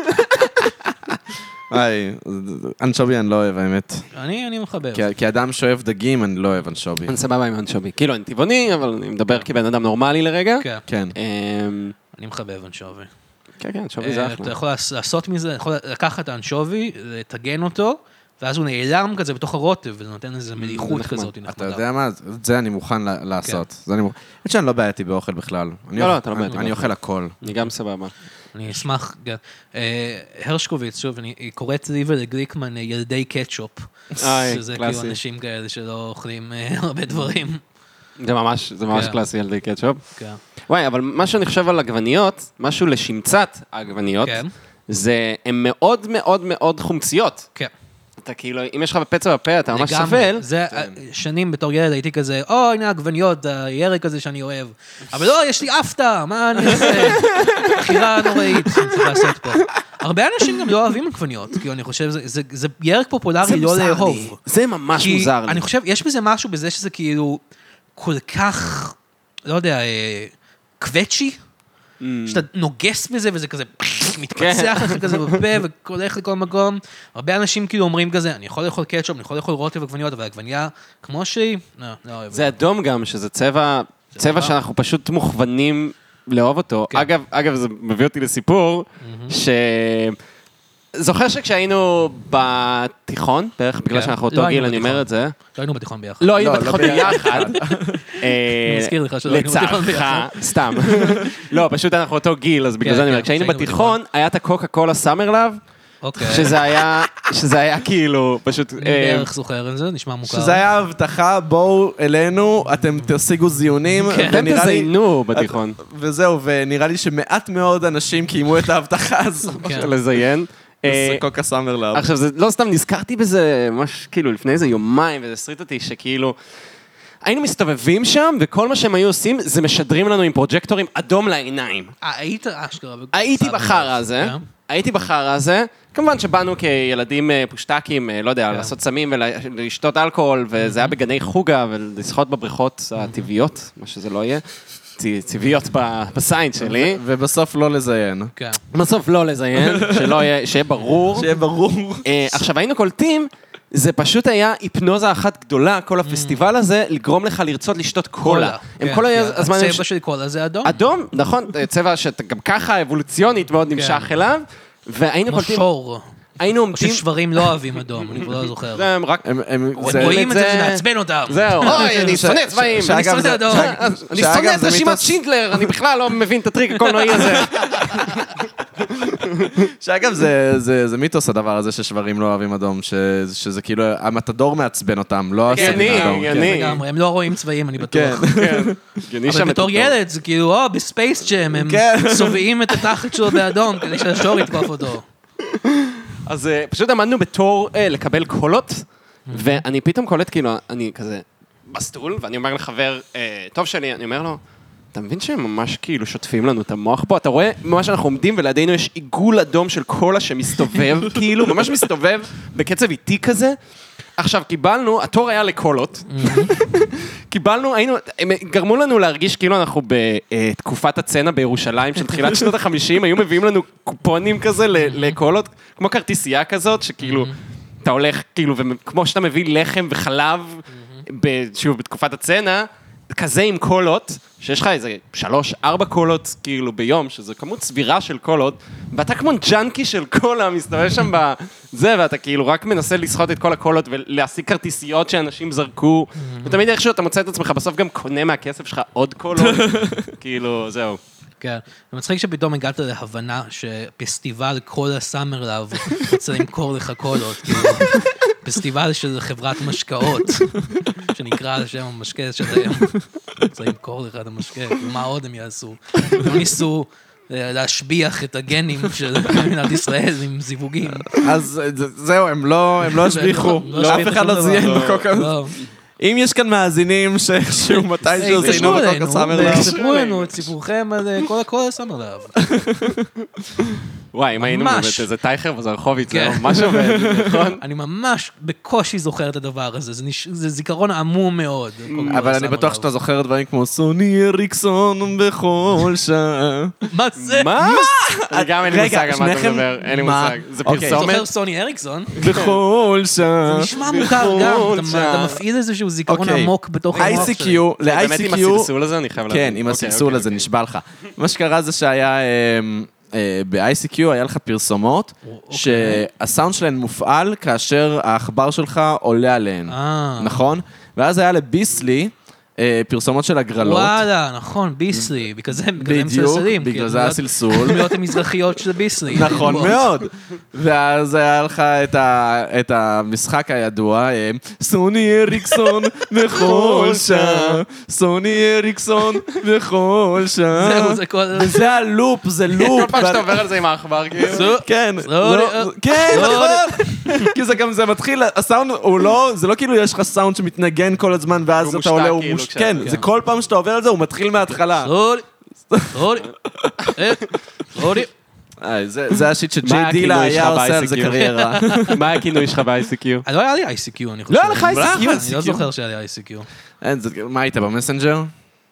היי, אנשובי אני לא אוהב, האמת. אני, אני מחבב. כאדם שאוהב דגים, אני לא אוהב אנשובי. אני סבבה עם אנשובי. כאילו, אני טבעוני, אבל אני מדבר כבן אדם נורמלי לרגע. כן. אני מחבב אנשובי. כן, כן, אנשובי זה אחלה. אתה יכול לעשות מזה, יכול לקחת את האנשובי, לתגן אותו, ואז הוא נעלם כזה בתוך הרוטב, וזה נותן איזו מליחות כזאת. אתה יודע מה? זה אני מוכן לעשות. זה אני מוכן. אני חושב שאני לא בעייתי באוכל בכלל. לא, לא, אתה לא בעייתי. אני אוכל הכל. אני גם סבבה. אני אשמח, הרשקוביץ, שוב, היא קוראת לי ולגליקמן ילדי קטשופ, שזה כאילו אנשים כאלה שלא אוכלים הרבה דברים. זה ממש, זה ממש קלאסי ילדי קטשופ. וואי, אבל מה שאני חושב על עגבניות, משהו לשמצת העגבניות, זה הן מאוד מאוד מאוד חומציות. כן. אתה כאילו, אם יש לך פצע בפה, אתה ממש סבל. זה שנים בתור ילד הייתי כזה, או, הנה עגבניות, הירק הזה שאני אוהב. אבל לא, יש לי אפתא, מה אני עושה? בחירה נוראית, אני צריך לעשות פה. הרבה אנשים גם לא אוהבים עגבניות, כי אני חושב, זה ירק פופולרי לא לאהוב. זה ממש מוזר לי. אני חושב, יש בזה משהו בזה שזה כאילו כל כך, לא יודע, קווצ'י, שאתה נוגס בזה וזה כזה מתפצח לך כזה בפה והולך לכל מקום. הרבה אנשים כאילו אומרים כזה, אני יכול לאכול קטשופ, אני יכול לאכול רוטב עגבניות, אבל עגבניה כמו שהיא, לא, לא אוהב. זה אדום גם, שזה צבע, צבע שאנחנו פשוט מוכוונים לאהוב אותו. אגב, אגב, זה מביא אותי לסיפור, ש... זוכר שכשהיינו בתיכון, בערך בגלל שאנחנו אותו גיל, אני אומר את זה. לא היינו בתיכון ביחד. לא היינו בתיכון ביחד. אני מזכיר לך שלא היינו בתיכון ביחד. סתם. לא, פשוט אנחנו אותו גיל, אז בגלל זה אני אומר, כשהיינו בתיכון, היה את הקוקה קולה סאמר לאב, שזה היה, שזה היה כאילו, פשוט... אני בערך זוכר את זה, נשמע מוכר. שזה היה הבטחה, בואו אלינו, אתם תשיגו זיונים. אתם תזיינו בתיכון. וזהו, ונראה לי שמעט מאוד אנשים קיימו את ההבטחה הזו. לזיין. זה קוקה סאמר לאב. עכשיו, לא סתם נזכרתי בזה, ממש כאילו לפני איזה יומיים, וזה הסריט אותי שכאילו... היינו מסתובבים שם, וכל מה שהם היו עושים, זה משדרים לנו עם פרוג'קטורים אדום לעיניים. היית אשכרה. הייתי בחרה הזה, הייתי בחרה הזה, כמובן שבאנו כילדים פושטקים, לא יודע, לעשות סמים ולשתות אלכוהול, וזה היה בגני חוגה, ולשחות בבריכות הטבעיות, מה שזה לא יהיה. צבעיות בסיין שלי. ובסוף לא לזיין. בסוף לא לזיין, שיהיה ברור. שיהיה ברור. עכשיו, היינו קולטים, זה פשוט היה היפנוזה אחת גדולה, כל הפסטיבל הזה, לגרום לך לרצות לשתות קולה. הצבע של קולה זה אדום. אדום, נכון, צבע שגם ככה אבולוציונית מאוד נמשך אליו, והיינו קולטים... כמו שור. היינו עומדים... או ששברים לא אוהבים אדום, אני כבר לא זוכר. זה הם רק... רואים את זה, זה מעצבן אותם. זהו, אוי, אני שונא צבעים. אני שונא אדום. אני שונא את רשימת שינדלר, אני בכלל לא מבין את הטריק הקולנועי הזה. שאגב, זה מיתוס הדבר הזה ששברים לא אוהבים אדום, שזה כאילו, המתדור מעצבן אותם, לא גני, גני. הם לא רואים צבעים, אני בטוח. גני אבל בתור ילד, זה כאילו, או, בספייס ג'ם, הם צובעים את התחת שלו באדום, כדי שהשור יתקוף אותו. אז פשוט עמדנו בתור לקבל קולות, ואני פתאום קולט כאילו, אני כזה בסטול, ואני אומר לחבר טוב שלי, אני אומר לו, אתה מבין שהם ממש כאילו שוטפים לנו את המוח פה? אתה רואה ממש אנחנו עומדים ולידינו יש עיגול אדום של קולה שמסתובב, כאילו, ממש מסתובב בקצב איטי כזה. עכשיו, קיבלנו, התור היה לקולות, קיבלנו, היינו, הם גרמו לנו להרגיש כאילו אנחנו בתקופת הצנה בירושלים של תחילת שנות החמישים, היו מביאים לנו קופונים כזה לקולות, כמו כרטיסייה כזאת, שכאילו, אתה הולך, כאילו, וכמו שאתה מביא לחם וחלב, שוב, בתקופת הצנה, כזה עם קולות, שיש לך איזה שלוש, ארבע קולות כאילו ביום, שזה כמות סבירה של קולות, ואתה כמו ג'אנקי של קולה, מסתובב שם בזה, ואתה כאילו רק מנסה לסחוט את כל הקולות, ולהשיג כרטיסיות שאנשים זרקו, ותמיד איכשהו אתה מוצא את עצמך, בסוף גם קונה מהכסף שלך עוד קולות, כאילו, זהו. כן, ומצחיק שפתאום הגעת להבנה שפסטיבל קולה סאמר לאב רוצה למכור לך קולות, כאילו, פסטיבל של חברת משקאות, שנקרא על שם המשקה שלהם, רוצה למכור לך את המשקה, ומה עוד הם יעשו? הם ניסו להשביח את הגנים של מדינת ישראל עם זיווגים. אז זהו, הם לא השביחו, אף אחד לא זיין בקוקה. אם יש כאן מאזינים שאיכשהו מתישהו זיינו בקוקה סאמר לאב. ספרו לנו את סיפורכם על כל הקולה סאמר לאב. וואי, אם היינו באמת איזה טייכר וזרחוביץ, זה ממש עובד, נכון? אני ממש בקושי זוכר את הדבר הזה, זה זיכרון עמום מאוד. אבל אני בטוח שאתה זוכר דברים כמו סוני אריקסון בכל שעה. מה זה? מה? אני גם אין לי מושג על מה אתה מדבר, אין לי מושג. זה פרסומת? זוכר סוני אריקסון? בכל שעה. זה נשמע מוכר גם, אתה מפעיל איזשהו זיכרון עמוק בתוך המוח שלי. באמת עם הסלסול הזה, אני חייב להבין. כן, עם הסלסול הזה, נשבע לך. מה שקרה זה שהיה... ב-איי סי קיו היה לך פרסומות, שהסאונד שלהן מופעל כאשר העכבר שלך עולה עליהן, נכון? ואז היה לביסלי פרסומות של הגרלות. וואלה, נכון, ביסלי, בגלל זה הם סלסלים. בגלל זה היה סלסול. דמויות המזרחיות של ביסלי. נכון מאוד. ואז היה לך את המשחק הידוע, סוני אריקסון בכל שעה, סוני אריקסון בכל שעה. זהו, זה כל... וזה הלופ, זה לופ. כל פעם שאתה עובר על זה עם העכבר, כאילו. כן, כן, נכון. כי זה גם, זה מתחיל, הסאונד הוא לא, זה לא כאילו יש לך סאונד שמתנגן כל הזמן, ואז אתה עולה, הוא מוש... כן, זה כל פעם שאתה עובר על זה, הוא מתחיל מההתחלה. סורי, סורי, סורי. זה השיט שג'יי דילה היה עושה על זה קריירה. מה הכינוי שלך ב-איי סי קיו? לא היה לי איי סי קיו, אני חושב. לא היה לך איי סי קיו? אני לא זוכר שהיה לי איי סי קיו. מה היית במסנג'ר?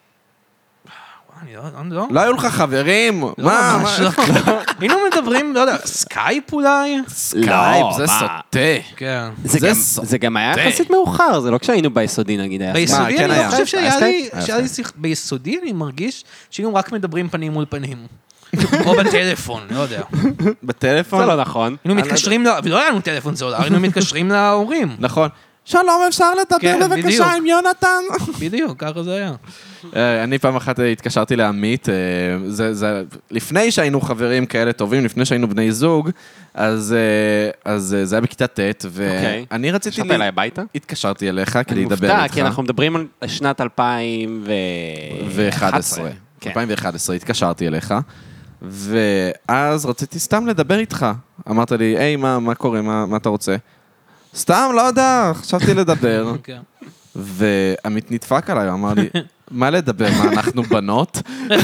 אני לא... לא היו לך חברים? מה? היינו מדברים, לא יודע, סקייפ אולי? סקייפ, זה סוטה. כן. זה גם היה יחסית מאוחר, זה לא כשהיינו ביסודי נגיד. ביסודי אני לא חושב שהיה לי שיח... ביסודי אני מרגיש שהיינו רק מדברים פנים מול פנים. או בטלפון, לא יודע. בטלפון? זה לא נכון. היינו מתקשרים, ולא היה לנו טלפון סלולרי, היינו מתקשרים להורים. נכון. שלום, אפשר לדבר בבקשה עם יונתן? בדיוק, ככה זה היה. אני פעם אחת התקשרתי לעמית, לפני שהיינו חברים כאלה טובים, לפני שהיינו בני זוג, אז זה היה בכיתה ט' ואני רציתי... התקשרת אליי הביתה? התקשרתי אליך כדי לדבר איתך. אני מופתע, כי אנחנו מדברים על שנת אלפיים ואחת עשרה. אלפיים ואחת עשרה התקשרתי אליך, ואז רציתי סתם לדבר איתך. אמרת לי, היי, מה קורה, מה אתה רוצה? סתם, לא יודע, חשבתי לדבר. ועמית נדפק עליי, אמר לי, מה לדבר, מה, אנחנו בנות?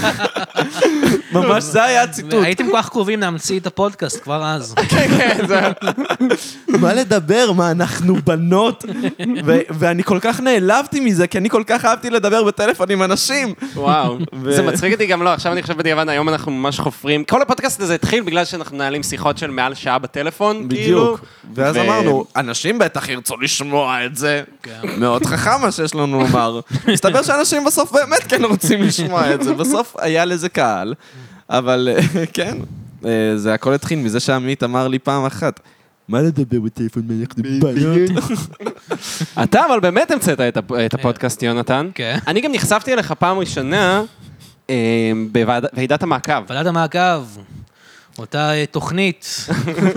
ממש זה היה הציטוט. הייתם כל כך קרובים להמציא את הפודקאסט כבר אז. כן, כן, זה... מה לדבר, מה, אנחנו בנות? ואני כל כך נעלבתי מזה, כי אני כל כך אהבתי לדבר בטלפון עם אנשים. וואו, זה מצחיק אותי גם לא, עכשיו אני חושב בדיעבד, היום אנחנו ממש חופרים. כל הפודקאסט הזה התחיל בגלל שאנחנו נעלים שיחות של מעל שעה בטלפון, בדיוק. ואז אמרנו, אנשים בטח ירצו לשמוע את זה. מאוד חכם מה שיש לנו לומר. מסתבר שאנשים בסוף באמת כן רוצים לשמוע את זה. בסוף היה לזה קהל. אבל כן, זה הכל התחיל מזה שעמית אמר לי פעם אחת, מה לדבר בטלפון מלאכת בנות? אתה אבל באמת המצאת את הפודקאסט, יונתן. אני גם נחשפתי אליך פעם ראשונה בוועידת המעקב. ועידת המעקב, אותה תוכנית.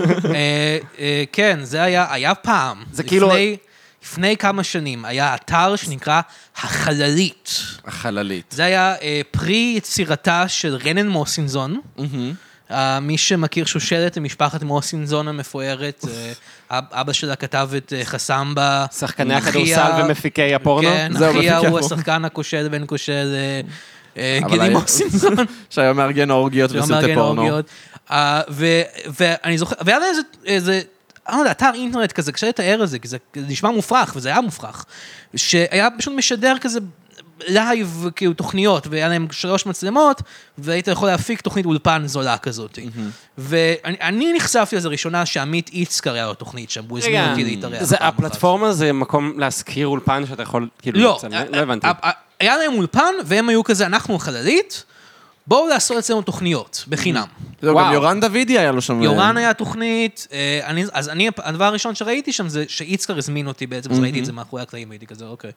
כן, זה היה פעם. זה כאילו... לפני כמה שנים היה אתר שנקרא החללית. החללית. זה היה אה, פרי יצירתה של רנן מוסינזון. Mm-hmm. אה, מי שמכיר שושלת למשפחת מוסינזון המפוארת, אה, אבא שלה כתב את אה, חסמבה. שחקני הכדורסל ומפיקי הפורנו. כן, אחיה הוא השחקן הכושל בן כושל אה, אה, גילי מוסינזון. שהיה מארגן אורגיות וסרטי פורנו. אה, ו, ואני זוכר, והיה לה איזה... איזה אני לא יודע, אתר אינטרנט כזה, קשה לתאר את זה, כי זה נשמע מופרך, וזה היה מופרך, שהיה פשוט משדר כזה לייב, כאילו תוכניות, והיה להם שלוש מצלמות, והיית יכול להפיק תוכנית אולפן זולה כזאת. ואני נחשפתי לזה ראשונה, שעמית איצקר היה לו תוכנית, שם הוא הזמין אותי להתארח. הפלטפורמה זה מקום להזכיר אולפן שאתה יכול, כאילו, לא, לא הבנתי. היה להם אולפן, והם היו כזה, אנחנו חללית, בואו לעשות אצלנו תוכניות, בחינם. גם יורן דוידי היה לו שם... יורן היה תוכנית, אז אני, הדבר הראשון שראיתי שם זה שאיצקר הזמין אותי בעצם, אז ראיתי את זה מאחורי הקלעים, הייתי כזה, אוקיי.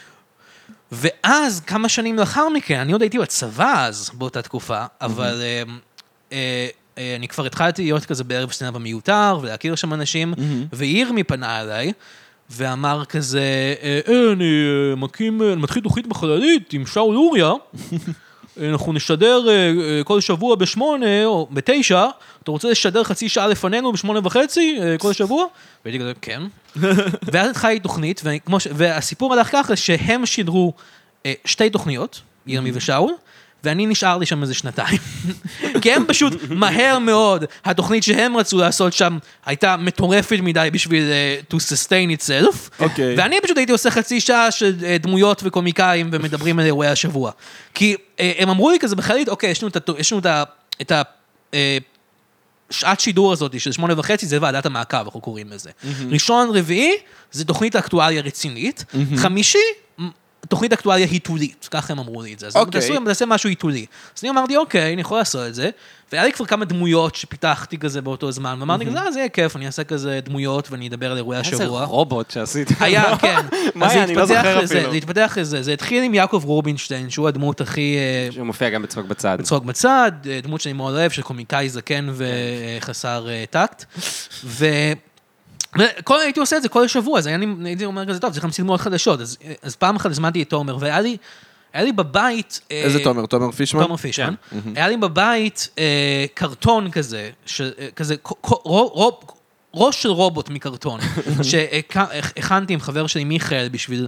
ואז, כמה שנים לאחר מכן, אני עוד הייתי בצבא אז, באותה תקופה, אבל אני כבר התחלתי להיות כזה בערב סצנה במיותר, ולהכיר שם אנשים, וירמי פנה אליי, ואמר כזה, אני מקים, אני מתחיל תוכנית בחללית עם שאול אוריה, אנחנו נשדר כל שבוע בשמונה או בתשע, אתה רוצה לשדר חצי שעה לפנינו בשמונה וחצי כל שבוע? והייתי כזה, כן. ואז התחלתי תוכנית, והסיפור הלך ככה שהם שידרו שתי תוכניות, ירמי ושאול, ואני נשאר לי שם איזה שנתיים. כי הם פשוט מהר מאוד, התוכנית שהם רצו לעשות שם הייתה מטורפת מדי בשביל uh, to sustain itself, okay. ואני פשוט הייתי עושה חצי שעה של uh, דמויות וקומיקאים ומדברים על אירועי השבוע. כי uh, הם אמרו לי כזה בחלית, אוקיי, יש לנו את, יש לנו את, את ה... Uh, שעת שידור הזאת של שמונה וחצי, זה ועדת המעקב, אנחנו קוראים לזה. Mm-hmm. ראשון, רביעי, זה תוכנית אקטואליה רצינית. Mm-hmm. חמישי, תוכנית אקטואליה היתולית, ככה הם אמרו לי את זה. אז okay. הם תעשה משהו היתולי. אז אני אמרתי, אוקיי, אני יכול לעשות את זה. והיה לי כבר כמה דמויות שפיתחתי כזה באותו זמן, ואמרתי, אה, זה יהיה כיף, אני אעשה כזה דמויות, ואני אדבר על אירועי השבוע. איזה רובוט שעשית. היה, כן. מה היה, אני לא זוכר אפילו. זה התפתח לזה. זה התחיל עם יעקב רובינשטיין, שהוא הדמות הכי... שהוא מופיע גם בצחוק בצד. בצחוק בצד, דמות שאני מאוד אוהב, של קומיקאי זקן וחסר טקט. ו... וכל הייתי עושה את זה כל השבוע, אז הייתי אומר כזה, טוב, צריך להמציא דמויות חדשות. אז, אז פעם אחת הזמנתי את תומר, והיה לי, היה לי בבית... איזה אה, תומר? תומר פישמן? תומר פישמן. כן. היה לי בבית אה, קרטון כזה, ש, כזה, רוב, רוב, ראש של רובוט מקרטון, שהכנתי עם חבר שלי מיכאל בשביל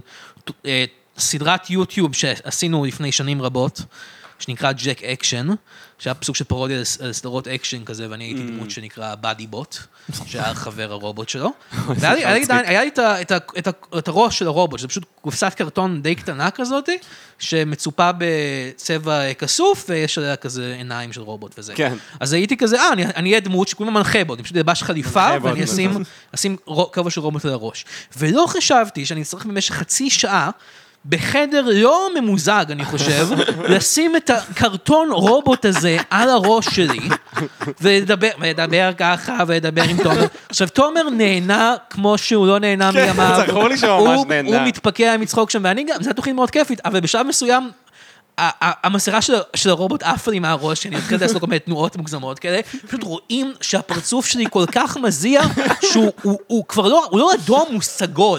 סדרת יוטיוב שעשינו לפני שנים רבות, שנקרא ג'ק אקשן, שהיה סוג של פרודיה על סדרות אקשן כזה, ואני הייתי דמות שנקרא בדי בוט, שהיה חבר הרובוט שלו. והיה לי את הראש של הרובוט, שזה פשוט קופסת קרטון די קטנה כזאת, שמצופה בצבע כסוף, ויש עליה כזה עיניים של רובוט וזה. אז הייתי כזה, אה, אני אהיה דמות שקוראים מנחה בו, אני פשוט אלבש חליפה, ואני אשים כובע של רובוט על הראש. ולא חשבתי שאני צריך במשך חצי שעה, בחדר לא ממוזג, אני חושב, לשים את הקרטון רובוט הזה על הראש שלי, ולדבר, ולדבר ככה, ולדבר עם תומר. עכשיו, תומר נהנה כמו שהוא לא נהנה מימיו. כן, זכור לי שהוא ממש נהנה. הוא מתפקע מצחוק שם, ואני גם, זו התוכנית מאוד כיפית, אבל בשלב מסוים, המסירה של הרובוט עפה לי מהראש, שאני התחלתי לעשות כל מיני תנועות מוגזמות כאלה, פשוט רואים שהפרצוף שלי כל כך מזיע, שהוא כבר לא, הוא לא אדום, הוא סגול.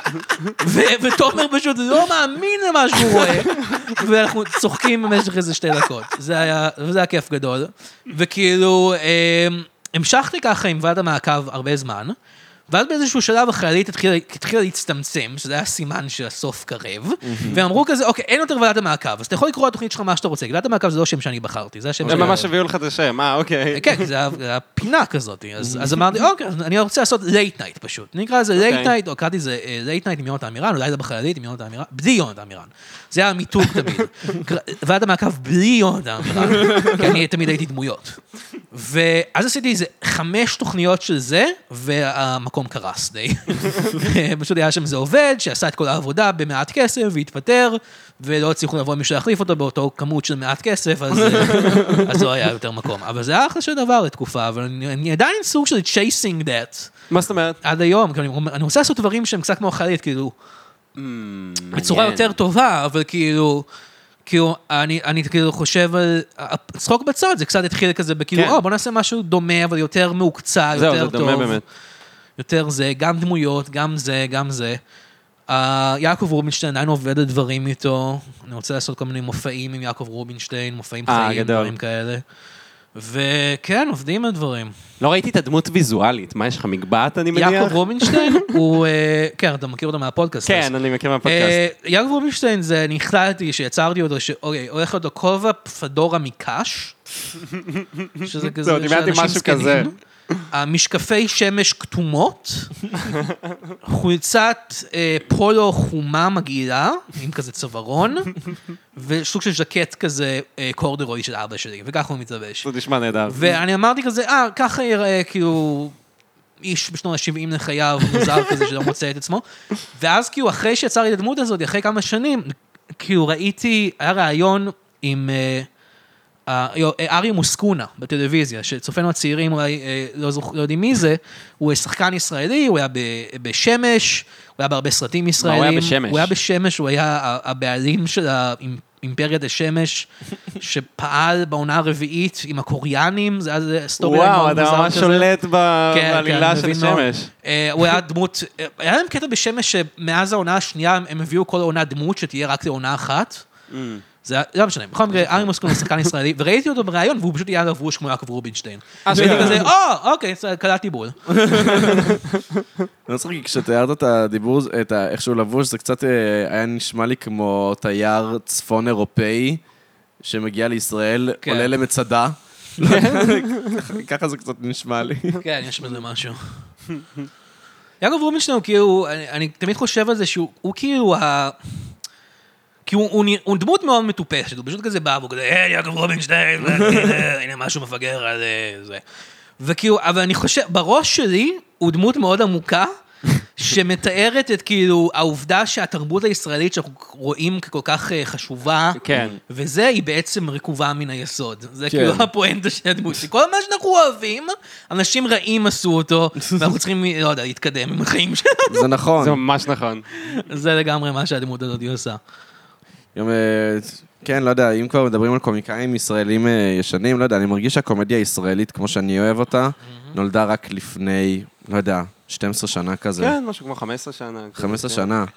ותומר פשוט לא מאמין למה שהוא רואה, ואנחנו צוחקים במשך איזה שתי דקות. זה היה, וזה היה כיף גדול. וכאילו, המשכתי ככה עם ועד המעקב הרבה זמן, ואז באיזשהו שלב החיילית התחילה להצטמצם, שזה היה סימן של הסוף קרב, והם אמרו כזה, אוקיי, אין יותר ועדת המעקב, אז אתה יכול לקרוא לתוכנית שלך מה שאתה רוצה, ועדת המעקב זה לא שם שאני בחרתי, זה השם שלי. הם ממש הביאו לך את השם, אה, אוקיי. כן, זה היה פינה כזאת, אז אמרתי, אוקיי, אני רוצה לעשות לייט נייט פשוט, נקרא לזה לייט נייט, או קראתי לזה לייט נייט עם יונת האמירן, אולי זה בחיילית עם יונת האמירן, בלי יונת האמירן. זה היה מיתוג תמיד. ועדת המעקב בלי יונת האמירן, כי אני תמיד הייתי דמויות. ואז עשיתי איזה חמש תוכניות של זה, והמקום קרס די. פשוט היה שם זה עובד, שעשה את כל העבודה במעט כסף, והתפטר, ולא הצליחו לבוא מישהו להחליף אותו באותו כמות של מעט כסף, אז, אז לא היה יותר מקום. אבל זה היה אחלה של דבר לתקופה, אבל אני, אני עדיין סוג של chasing that. מה זאת אומרת? עד היום, אני, אני רוצה לעשות דברים שהם קצת כמו חלית, כאילו, בצורה יותר טובה, אבל כאילו... כאילו, אני, אני כאילו חושב על, הצחוק בצד, זה קצת התחיל כזה בכאילו, או, בוא נעשה משהו דומה, אבל יותר מעוקצה, יותר טוב. זהו, זה דומה באמת. יותר זה, גם דמויות, גם זה, גם זה. יעקב רובינשטיין, עדיין עובד על דברים איתו, אני רוצה לעשות כל מיני מופעים עם יעקב רובינשטיין, מופעים חיים, דברים כאלה. וכן, עובדים על דברים. לא ראיתי את הדמות ויזואלית, מה יש לך, מגבעת אני מניח? יעקב רובינשטיין הוא, כן, אתה מכיר אותו מהפודקאסט. כן, אני מכיר מהפודקאסט. יעקב רובינשטיין זה, אני החלטתי שיצרתי אותו, שאוקיי, הולך אותו כובע פדורה מקש, שזה כזה, דיברתי משהו כזה. המשקפי שמש כתומות, חולצת פולו חומה מגעילה, עם כזה צווארון, ושוק של ז'קט כזה קורדרוי של אבא שלי, וככה הוא מתלבש. זה נשמע נהדר. ואני אמרתי כזה, אה, ככה יראה כאילו איש בשנות ה-שבעים לחייו, מוזר כזה שלא מוצא את עצמו, ואז כאילו אחרי שיצרתי את הדמות הזאת, אחרי כמה שנים, כאילו ראיתי, היה רעיון עם... אריה מוסקונה בטלוויזיה, שצופנו הצעירים אולי לא יודעים מי זה, הוא שחקן ישראלי, הוא היה בשמש, הוא היה בהרבה סרטים ישראלים. הוא היה בשמש? הוא היה בשמש, הוא היה הבעלים של אימפריית השמש, שפעל בעונה הרביעית עם הקוריאנים, זה היה סטורי וואו, אתה ממש שולט בעלילה של שמש. הוא היה דמות, היה להם קטע בשמש שמאז העונה השנייה הם הביאו כל העונה דמות שתהיה רק לעונה אחת. זה לא משנה, בכל מקרה, ארי מוסקונה שחקן ישראלי, וראיתי אותו בראיון, והוא פשוט היה לבוש כמו יעקב רובינשטיין. והייתי כזה, או, אוקיי, קלטתי בול. אני מצחיק, כשתיארת את הדיבור, איך שהוא לבוש, זה קצת היה נשמע לי כמו תייר צפון אירופאי, שמגיע לישראל, עולה למצדה. ככה זה קצת נשמע לי. כן, יש בזה משהו. יעקב רובינשטיין הוא כאילו, אני תמיד חושב על זה שהוא כאילו ה... כי הוא, הוא, הוא דמות מאוד מטופשת, הוא פשוט כזה בא, והוא כזה, היי, יעקב רובינשטיין, הנה משהו מפגר על זה. וכאילו, אבל אני חושב, בראש שלי, הוא דמות מאוד עמוקה, שמתארת את כאילו, העובדה שהתרבות הישראלית שאנחנו רואים ככל כך חשובה, כן. וזה היא בעצם רקובה מן היסוד. זה כאילו הפואנטה של הדמות. כל מה שאנחנו אוהבים, אנשים רעים עשו אותו, ואנחנו צריכים, לא יודע, להתקדם עם החיים שלנו. זה נכון. זה ממש נכון. זה לגמרי מה שהדמות הזאת עושה. גם, כן, לא יודע, אם כבר מדברים על קומיקאים ישראלים ישנים, לא יודע, אני מרגיש שהקומדיה הישראלית, כמו שאני אוהב אותה, נולדה רק לפני, לא יודע, שתים עשרה שנה כזה. כן, משהו כמו חמש עשרה שנה. חמש עשרה שנה.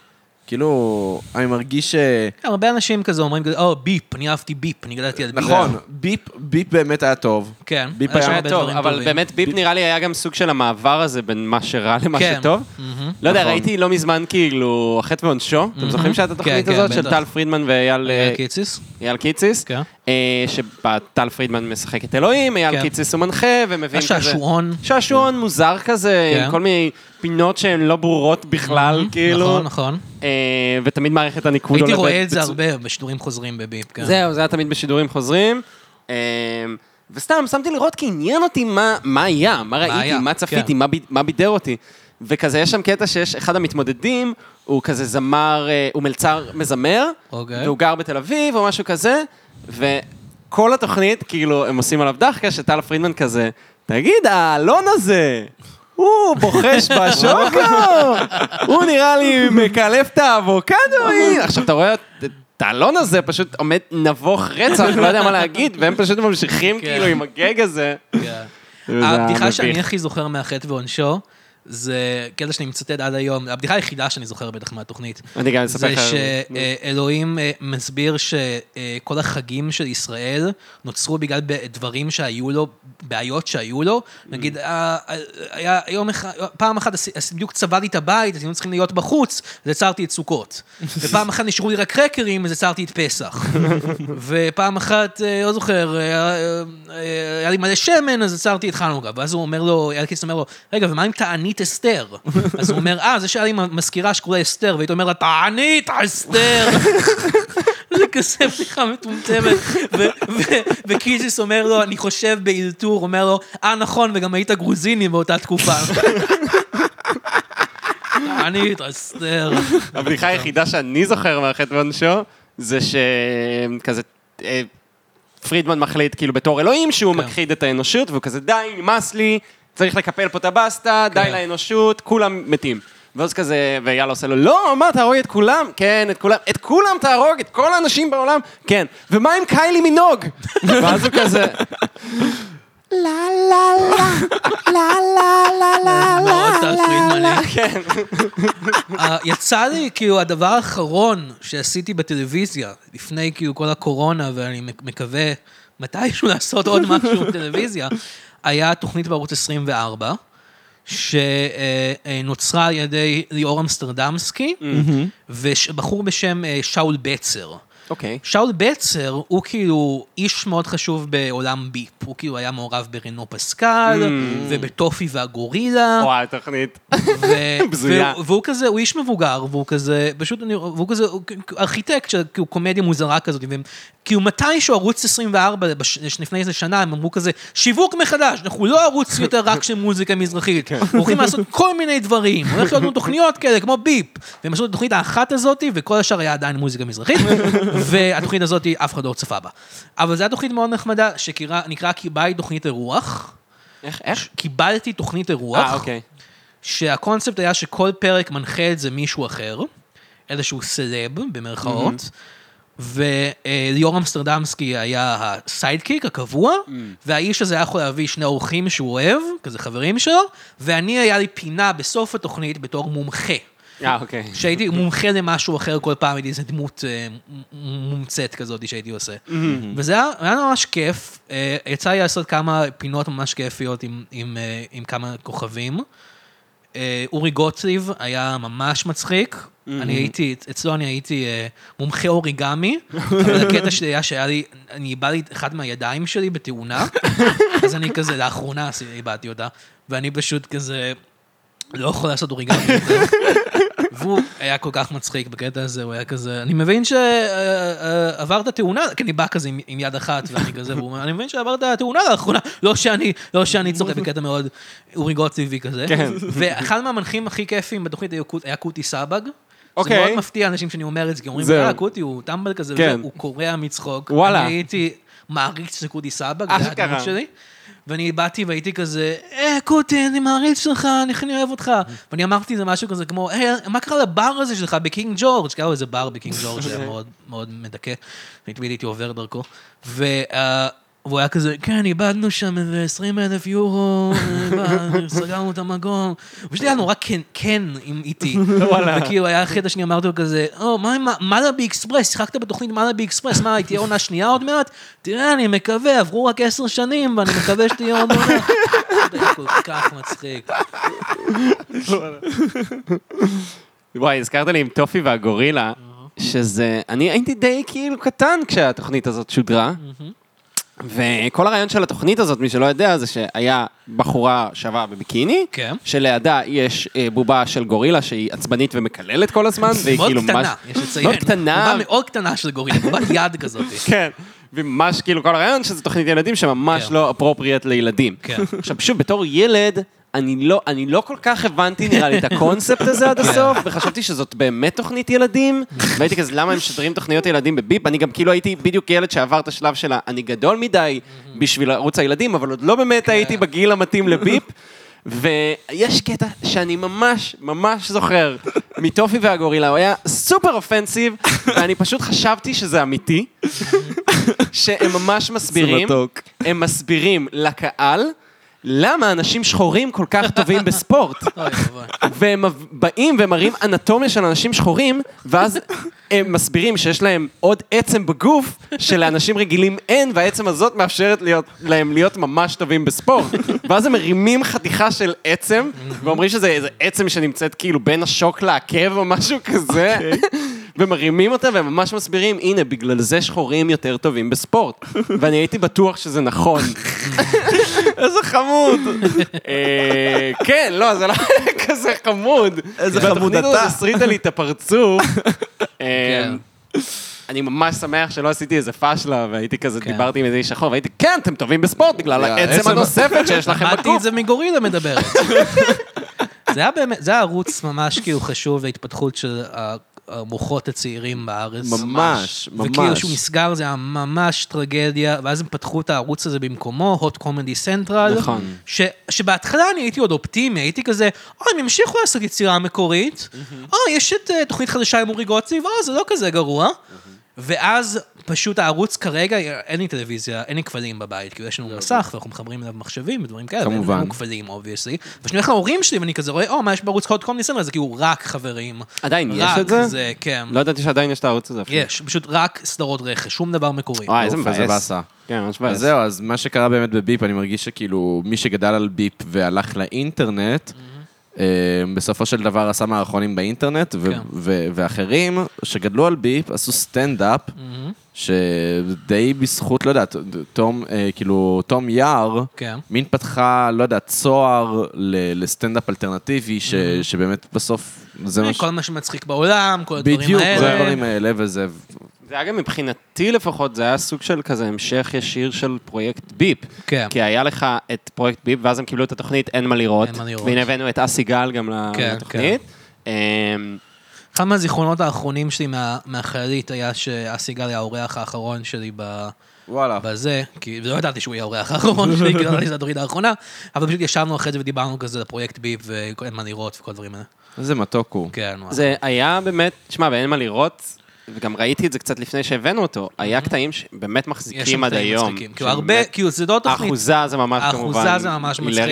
כאילו, אני מרגיש ש... הרבה אנשים כזה אומרים, או, ביפ, אני אהבתי ביפ, אני גדלתי על ביפ. נכון, ביפ, ביפ באמת היה טוב. כן. ביפ היה טוב, אבל באמת ביפ נראה לי היה גם סוג של המעבר הזה בין מה שרע למה כן. שטוב. לא יודע, ראיתי לא מזמן כאילו, החטא ועונשו, אתם זוכרים שאת התוכנית כן, הזאת כן, של בטח. טל פרידמן ואייל אייל קיציס. אייל קיציס, כן. אה, שבה טל פרידמן משחק את אלוהים, אייל כן. קיציס הוא מנחה, ומבין כזה... השעשועון. שעשועון מוזר כזה, כן. עם כל מיני פינות שהן לא ברורות בכלל, כאילו. נכון, נכון. אה, ותמיד מערכת הניקוד הייתי עולה רואה את זה בצ- הרבה בשידורים חוזרים בביפ. כן. זהו, זה היה תמיד בשידורים חוזרים. אה, וסתם, שמתי לראות כי עניין אותי מה, מה היה, מה ראיתי, היה, מה צפיתי, כן. מה, ב- מה בידר אותי. וכזה, יש שם קטע שיש אחד המתמודדים, הוא כזה זמר, אה, הוא מלצר מזמר, אוקיי. והוא גר בתל אביב או משהו כזה, וכל התוכנית, כאילו, הם עושים עליו דחקה, שטל פרידמן כזה, תגיד, האלון הזה, הוא בוחש בשוקו, הוא נראה לי מקלף את האבוקדו, עכשיו אתה רואה... את האלון הזה פשוט עומד נבוך רצח, לא יודע מה להגיד, והם פשוט ממשיכים כאילו עם הגג הזה. הבדיחה שאני הכי זוכר מהחטא ועונשו, זה קטע שאני מצטט עד היום, הבדיחה היחידה שאני זוכר בטח מהתוכנית. אני גם אספר לך. זה שאלוהים מסביר שכל החגים של ישראל נוצרו בגלל דברים שהיו לו, בעיות שהיו לו. נגיד, היה יום אחד, פעם אחת בדיוק צבעתי את הבית, אז היינו צריכים להיות בחוץ, אז יצרתי את סוכות. ופעם אחת נשארו לי רק קרקרים, אז יצרתי את פסח. ופעם אחת, לא זוכר, היה לי מלא שמן, אז יצרתי את חנוכה. ואז הוא אומר לו, אלקיס אומר לו, רגע, ומה אם תענית אסתר? אז הוא אומר, אה, זה שהיה לי מזכירה שקורא אסתר, והיית אומר לה, תענית אסתר! זה כזה בדיחה מטומטמת. וקיזיס אומר לו, אני חושב באלתור, אומר לו, אה, נכון, וגם היית גרוזיני באותה תקופה. תענית אסתר. הבדיחה היחידה שאני זוכר מהחטא ועונשו, זה שכזה... פרידמן מחליט כאילו בתור אלוהים שהוא מכחיד את האנושות, והוא כזה, די, נמאס לי, צריך לקפל פה את הבסטה, די לאנושות, כולם מתים. ואז כזה, ואייל עושה לו, לא, מה, תהרוג את כולם? כן, את כולם, את כולם תהרוג, את כל האנשים בעולם? כן. ומה עם קיילי מינוג? ואז הוא כזה... לה לה לה, לה לה לה לה מאוד טל פרידמני. כן. יצא לי, כאילו, הדבר האחרון שעשיתי בטלוויזיה, לפני כאילו כל הקורונה, ואני מקווה מתישהו לעשות עוד משהו בטלוויזיה, היה תוכנית בערוץ עשרים וארבע, שנוצרה על ידי ליאור אמסטרדמסקי, ובחור בשם שאול בצר. אוקיי. שאול בצר הוא כאילו איש מאוד חשוב בעולם ביפ, הוא כאילו היה מעורב ברנו פסקל, ובטופי והגורילה. וואי, תוכנית. בזויה. והוא כזה, הוא איש מבוגר, והוא כזה, פשוט, והוא כזה, ארכיטקט של קומדיה מוזרה כזאת, כאילו מתישהו ערוץ עשרים וארבע, לפני איזה שנה, הם אמרו כזה, שיווק מחדש, אנחנו לא ערוץ יותר רק של מוזיקה מזרחית, אנחנו הולכים לעשות כל מיני דברים, הולך להיות לנו תוכניות כאלה, כמו ביפ, והם עשו את התוכנית האחת הזאת, וכל השאר היה עדיין מוזיקה מזרחית, והתוכנית הזאת אף אחד לא צפה בה. אבל זו התוכנית מאוד נחמדה, שנקרא קיבלתי תוכנית אירוח. איך? איך? קיבלתי תוכנית אירוח. אה, אוקיי. שהקונספט היה שכל פרק מנחה את זה מישהו אחר, איזשהו סלב, במרכאות, וליאור אמסטרדמסקי היה הסיידקיק הקבוע, והאיש הזה היה יכול להביא שני אורחים שהוא אוהב, כזה חברים שלו, ואני היה לי פינה בסוף התוכנית בתור מומחה. אה, אוקיי. שהייתי מומחה למשהו אחר כל פעם, הייתי איזו דמות מומצאת כזאת שהייתי עושה. וזה היה ממש כיף, יצא לי לעשות כמה פינות ממש כיפיות עם כמה כוכבים. אורי גוטליב היה ממש מצחיק, אני הייתי, אצלו אני הייתי מומחה אוריגמי, אבל הקטע שלי היה שהיה לי, אני איבדתי את אחד מהידיים שלי בתאונה, אז אני כזה, לאחרונה איבדתי אותה, ואני פשוט כזה, לא יכול לעשות אוריגמי יותר. והוא היה כל כך מצחיק בקטע הזה, הוא היה כזה, אני מבין שעברת תאונה, כי אני בא כזה עם יד אחת, ואני כזה, והוא אומר, אני מבין שעברת תאונה לאחרונה, לא שאני, לא שאני צוחק בקטע מאוד אורי גוטליבי כזה. ואחד מהמנחים הכי כיפים בתוכנית היה קוטי סבג. זה מאוד מפתיע אנשים שאני אומר את זה, כי אומרים, אה, קוטי הוא טמבל כזה, הוא קורע מצחוק. אני הייתי מעריץ לקוטי סבג, זה הדמות שלי. ואני באתי והייתי כזה, אה, קוטי, אני מעריץ שלך, אני אוהב אותך. ואני אמרתי זה משהו כזה כמו, אה, מה קרה לבר הזה שלך בקינג ג'ורג'? קראו איזה בר בקינג ג'ורג', זה היה מאוד מדכא. הייתי עובר דרכו. והוא היה כזה, כן, איבדנו שם איזה עשרים אלף יורו, סגרנו את המקום. ופשוט היה נורא כן איתי. וכאילו, היה אחרי את השני, אמרתי לו כזה, או, מה עם מלאבי אקספרס? שיחקת בתוכנית מלאבי אקספרס, מה, תהיה עונה שנייה עוד מעט? תראה, אני מקווה, עברו רק עשר שנים, ואני מקווה שתהיה עוד עונה. זה היה כל כך מצחיק. וואי, הזכרת לי עם טופי והגורילה, שזה, אני הייתי די כאילו קטן כשהתוכנית הזאת שודרה, וכל הרעיון של התוכנית הזאת, מי שלא יודע, זה שהיה בחורה שווה בביקיני, שלידה יש בובה של גורילה שהיא עצבנית ומקללת כל הזמן, והיא מאוד כאילו קטנה, ממש... יש לציין. מאוד קטנה. בובה מאוד קטנה של גורילה, בובת יד כזאת. כן. וממש כאילו כל הרעיון שזה תוכנית ילדים שממש לא אפרופריאט לילדים. עכשיו פשוט בתור ילד, אני לא, אני לא כל כך הבנתי נראה לי את הקונספט הזה עד הסוף, וחשבתי שזאת באמת תוכנית ילדים, והייתי כזה, למה הם משדרים תוכניות ילדים בביפ? אני גם כאילו הייתי בדיוק ילד שעבר את השלב שלה, אני גדול מדי בשביל ערוץ הילדים, אבל עוד לא באמת הייתי בגיל המתאים לביפ, ויש קטע שאני ממש, ממש זוכר, מטופי והגורילה, הוא היה סופר אופנסיב, ואני פשוט חשבתי שזה אמיתי, שהם ממש מסבירים, הם מסבירים לקהל, למה אנשים שחורים כל כך טובים בספורט? והם באים ומראים אנטומיה של אנשים שחורים, ואז הם מסבירים שיש להם עוד עצם בגוף, שלאנשים רגילים אין, והעצם הזאת מאפשרת להיות, להם להיות ממש טובים בספורט. ואז הם מרימים חתיכה של עצם, ואומרים שזה איזה עצם שנמצאת כאילו בין השוק לעקב או משהו כזה, ומרימים אותה והם ממש מסבירים, הנה, בגלל זה שחורים יותר טובים בספורט. ואני הייתי בטוח שזה נכון. איזה חמוד. כן, לא, זה לא כזה חמוד. איזה חמוד והתוכנית אתה. הזאת הסריטה לי את הפרצוף. אני ממש שמח שלא עשיתי איזה פשלה, והייתי כזה, דיברתי עם איזה איש שחור, והייתי, כן, אתם טובים בספורט, בגלל העצם הנוספת שיש לכם בגוף. שמעתי את זה מגורילה מדברת. זה היה באמת, זה היה ערוץ ממש כאילו חשוב להתפתחות של המוחות הצעירים בארץ. ממש, ממש. וכאילו שהוא נסגר, זה היה ממש טרגדיה, ואז הם פתחו את הערוץ הזה במקומו, Hot Comedy Central. נכון. שבהתחלה אני הייתי עוד אופטימי, הייתי כזה, או, הם המשיכו לעשות יצירה מקורית, או, יש את תוכנית חדשה עם אורי גוטליב, או, זה לא כזה גרוע. ואז פשוט הערוץ כרגע, אין לי טלוויזיה, אין לי כבלים בבית, כי יש לנו מסך, ואנחנו מחברים אליו מחשבים ודברים כאלה, כמובן. ואין לנו כבלים, obviously. ושאני הולך להורים שלי, ואני כזה רואה, או, מה יש בערוץ Hot Comedy Central? זה כאילו רק חברים. עדיין יש רק את זה? זה, כן. לא ידעתי שעדיין יש את הערוץ הזה. יש, פשוט רק סדרות רכש, שום דבר מקורי. וואי, איזה אוף, איזה מבאס. באסה. כן, ממש אז מבאס. זהו, אז מה שקרה באמת בביפ, אני מרגיש שכאילו, מי שגדל על ביפ והלך לאינטרנט, בסופו של דבר עשה מערכונים באינטרנט, ואחרים שגדלו על ביפ עשו סטנד-אפ, שדי בזכות, לא יודעת, תום, כאילו, תום יער, מין פתחה, לא יודעת, צוהר לסטנד-אפ אלטרנטיבי, שבאמת בסוף זה מה ש... כל מה שמצחיק בעולם, כל הדברים האלה. בדיוק, זה הדברים האלה, וזה... זה היה גם מבחינתי לפחות, זה היה סוג של כזה המשך ישיר של פרויקט ביפ. כן. כי היה לך את פרויקט ביפ, ואז הם קיבלו את התוכנית אין מה לראות. אין מה לראות. והנה הבאנו את אסי גל גם לתוכנית. אחד מהזיכרונות האחרונים שלי מה, מהחיילית היה שאסי גל היה האורח האחרון שלי ב... וואלה. בזה, כי לא ידעתי שהוא יהיה האורח האחרון שלי, כי לא ידעתי שזה התוכנית האחרונה, אבל פשוט ישבנו אחרי זה ודיברנו כזה לפרויקט ביפ ואין מה לראות וכל הדברים האלה. איזה מתוק הוא. כן, וואלה. זה היה באמת, תשמע, ואין מה לראות, וגם ראיתי את זה קצת לפני שהבאנו אותו, היה קטעים שבאמת מחזיקים עד היום. כאילו הרבה, כאילו זה לא תוכנית. האחוזה זה ממש כמובן. האחוזה זה ממש מצחיק.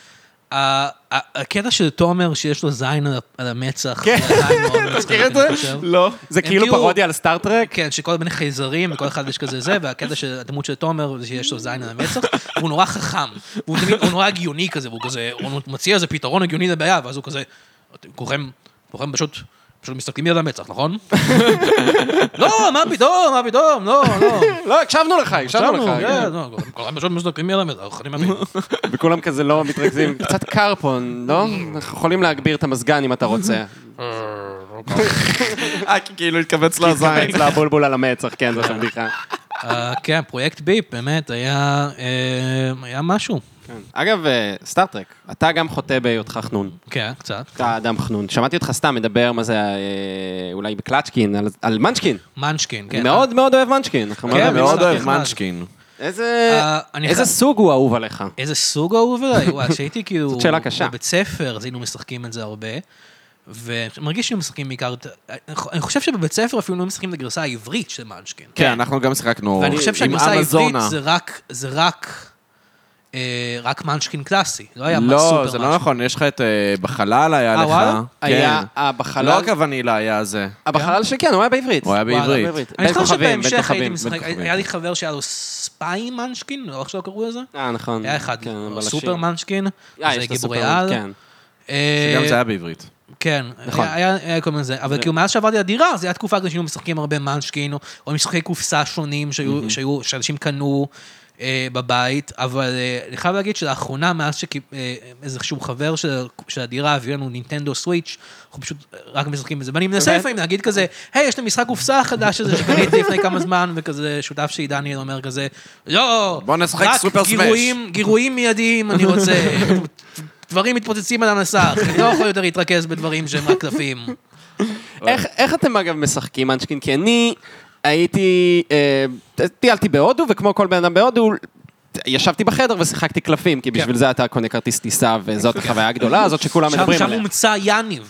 הקטע של תומר שיש לו זין על המצח, כן, תזכיר את זה? לא. זה כאילו פרודיה על סטארטרק? כן, שכל מיני חייזרים, וכל אחד יש כזה זה, והקטע של הדמות של תומר זה שיש לו זין על המצח, והוא נורא חכם, הוא נורא הגיוני כזה, והוא כזה, הוא מציע איזה פתרון הגיוני לבעיה, ואז הוא כזה, כולכם, כולכם פשוט... פשוט מסתכלים לי על המצח, נכון? לא, מה פתאום, מה פתאום, לא, לא. לא, הקשבנו לך, הקשבנו לך. כולם פשוט מסתכלים לי על המצח, אני מבין. וכולם כזה לא מתרכזים, קצת קרפון, לא? אנחנו יכולים להגביר את המזגן אם אתה רוצה. אה, כי כאילו התכווץ לו הזין. התכווץ לה בולבול על המצח, כן, זאת הבדיחה. כן, פרויקט ביפ, באמת, היה משהו. אגב, סטארטרק, אתה גם חוטא בהיותך חנון. כן, קצת. אתה אדם חנון. שמעתי אותך סתם מדבר, מה זה, אולי בקלצ'קין, על מנצ'קין. מנצ'קין, כן. מאוד מאוד אוהב מנצ'קין. כן, מאוד אוהב מנצ'קין. איזה סוג הוא אהוב עליך? איזה סוג אהוב עליי? וואי, שהייתי כאילו... זאת שאלה קשה. בבית ספר, אז היינו משחקים את זה הרבה. ומרגיש שהם משחקים בעיקר, אני חושב שבבית ספר אפילו לא משחקים את הגרסה העברית של מנצ'קין. כן, אנחנו גם משחקנו ואני חושב שהגרסה העברית זה רק, זה רק, רק מנצ'קין קלאסי, לא היה סופר מנצ'קין. לא, זה לא נכון, יש לך את בחלל היה לך. היה בחלל... לא רק הוונילה היה זה. הבחלל שכן, הוא היה בעברית. הוא היה בעברית. אני חושב שבהמשך הייתי משחק, היה לי חבר שהיה לו ספיי מנצ'קין, לא איך שלא קראו לזה? אה, נכון. היה אחד, סופר מנצ'קין, זה גיבורי על. שגם זה היה בעברית. כן, היה כל מיני זה, אבל כאילו מאז שעברתי לדירה, זה היה תקופה כזה שהיו משחקים הרבה מנצ'קין, או משחקי קופסה שונים שאנשים קנו בבית, אבל אני חייב להגיד שלאחרונה, מאז שאיזשהו חבר של הדירה הביא לנו נינטנדו סוויץ', אנחנו פשוט רק משחקים בזה, ואני מנסה לפעמים להגיד כזה, היי, יש לי משחק קופסה חדש הזה שקניתי לפני כמה זמן, וכזה שותף שלי דניאל אומר כזה, לא, בוא נשחק סופר סמש. גירויים מיידיים אני רוצה, דברים מתפוצצים על המסך, אני לא יכול יותר להתרכז בדברים שהם רק קלפים. איך אתם אגב משחקים מנצ'קין? כי אני הייתי, טיילתי בהודו, וכמו כל בן אדם בהודו, ישבתי בחדר ושיחקתי קלפים, כי בשביל זה אתה קונה כרטיס טיסה, וזאת החוויה הגדולה, זאת שכולם מדברים עליה. שם הומצא יניב.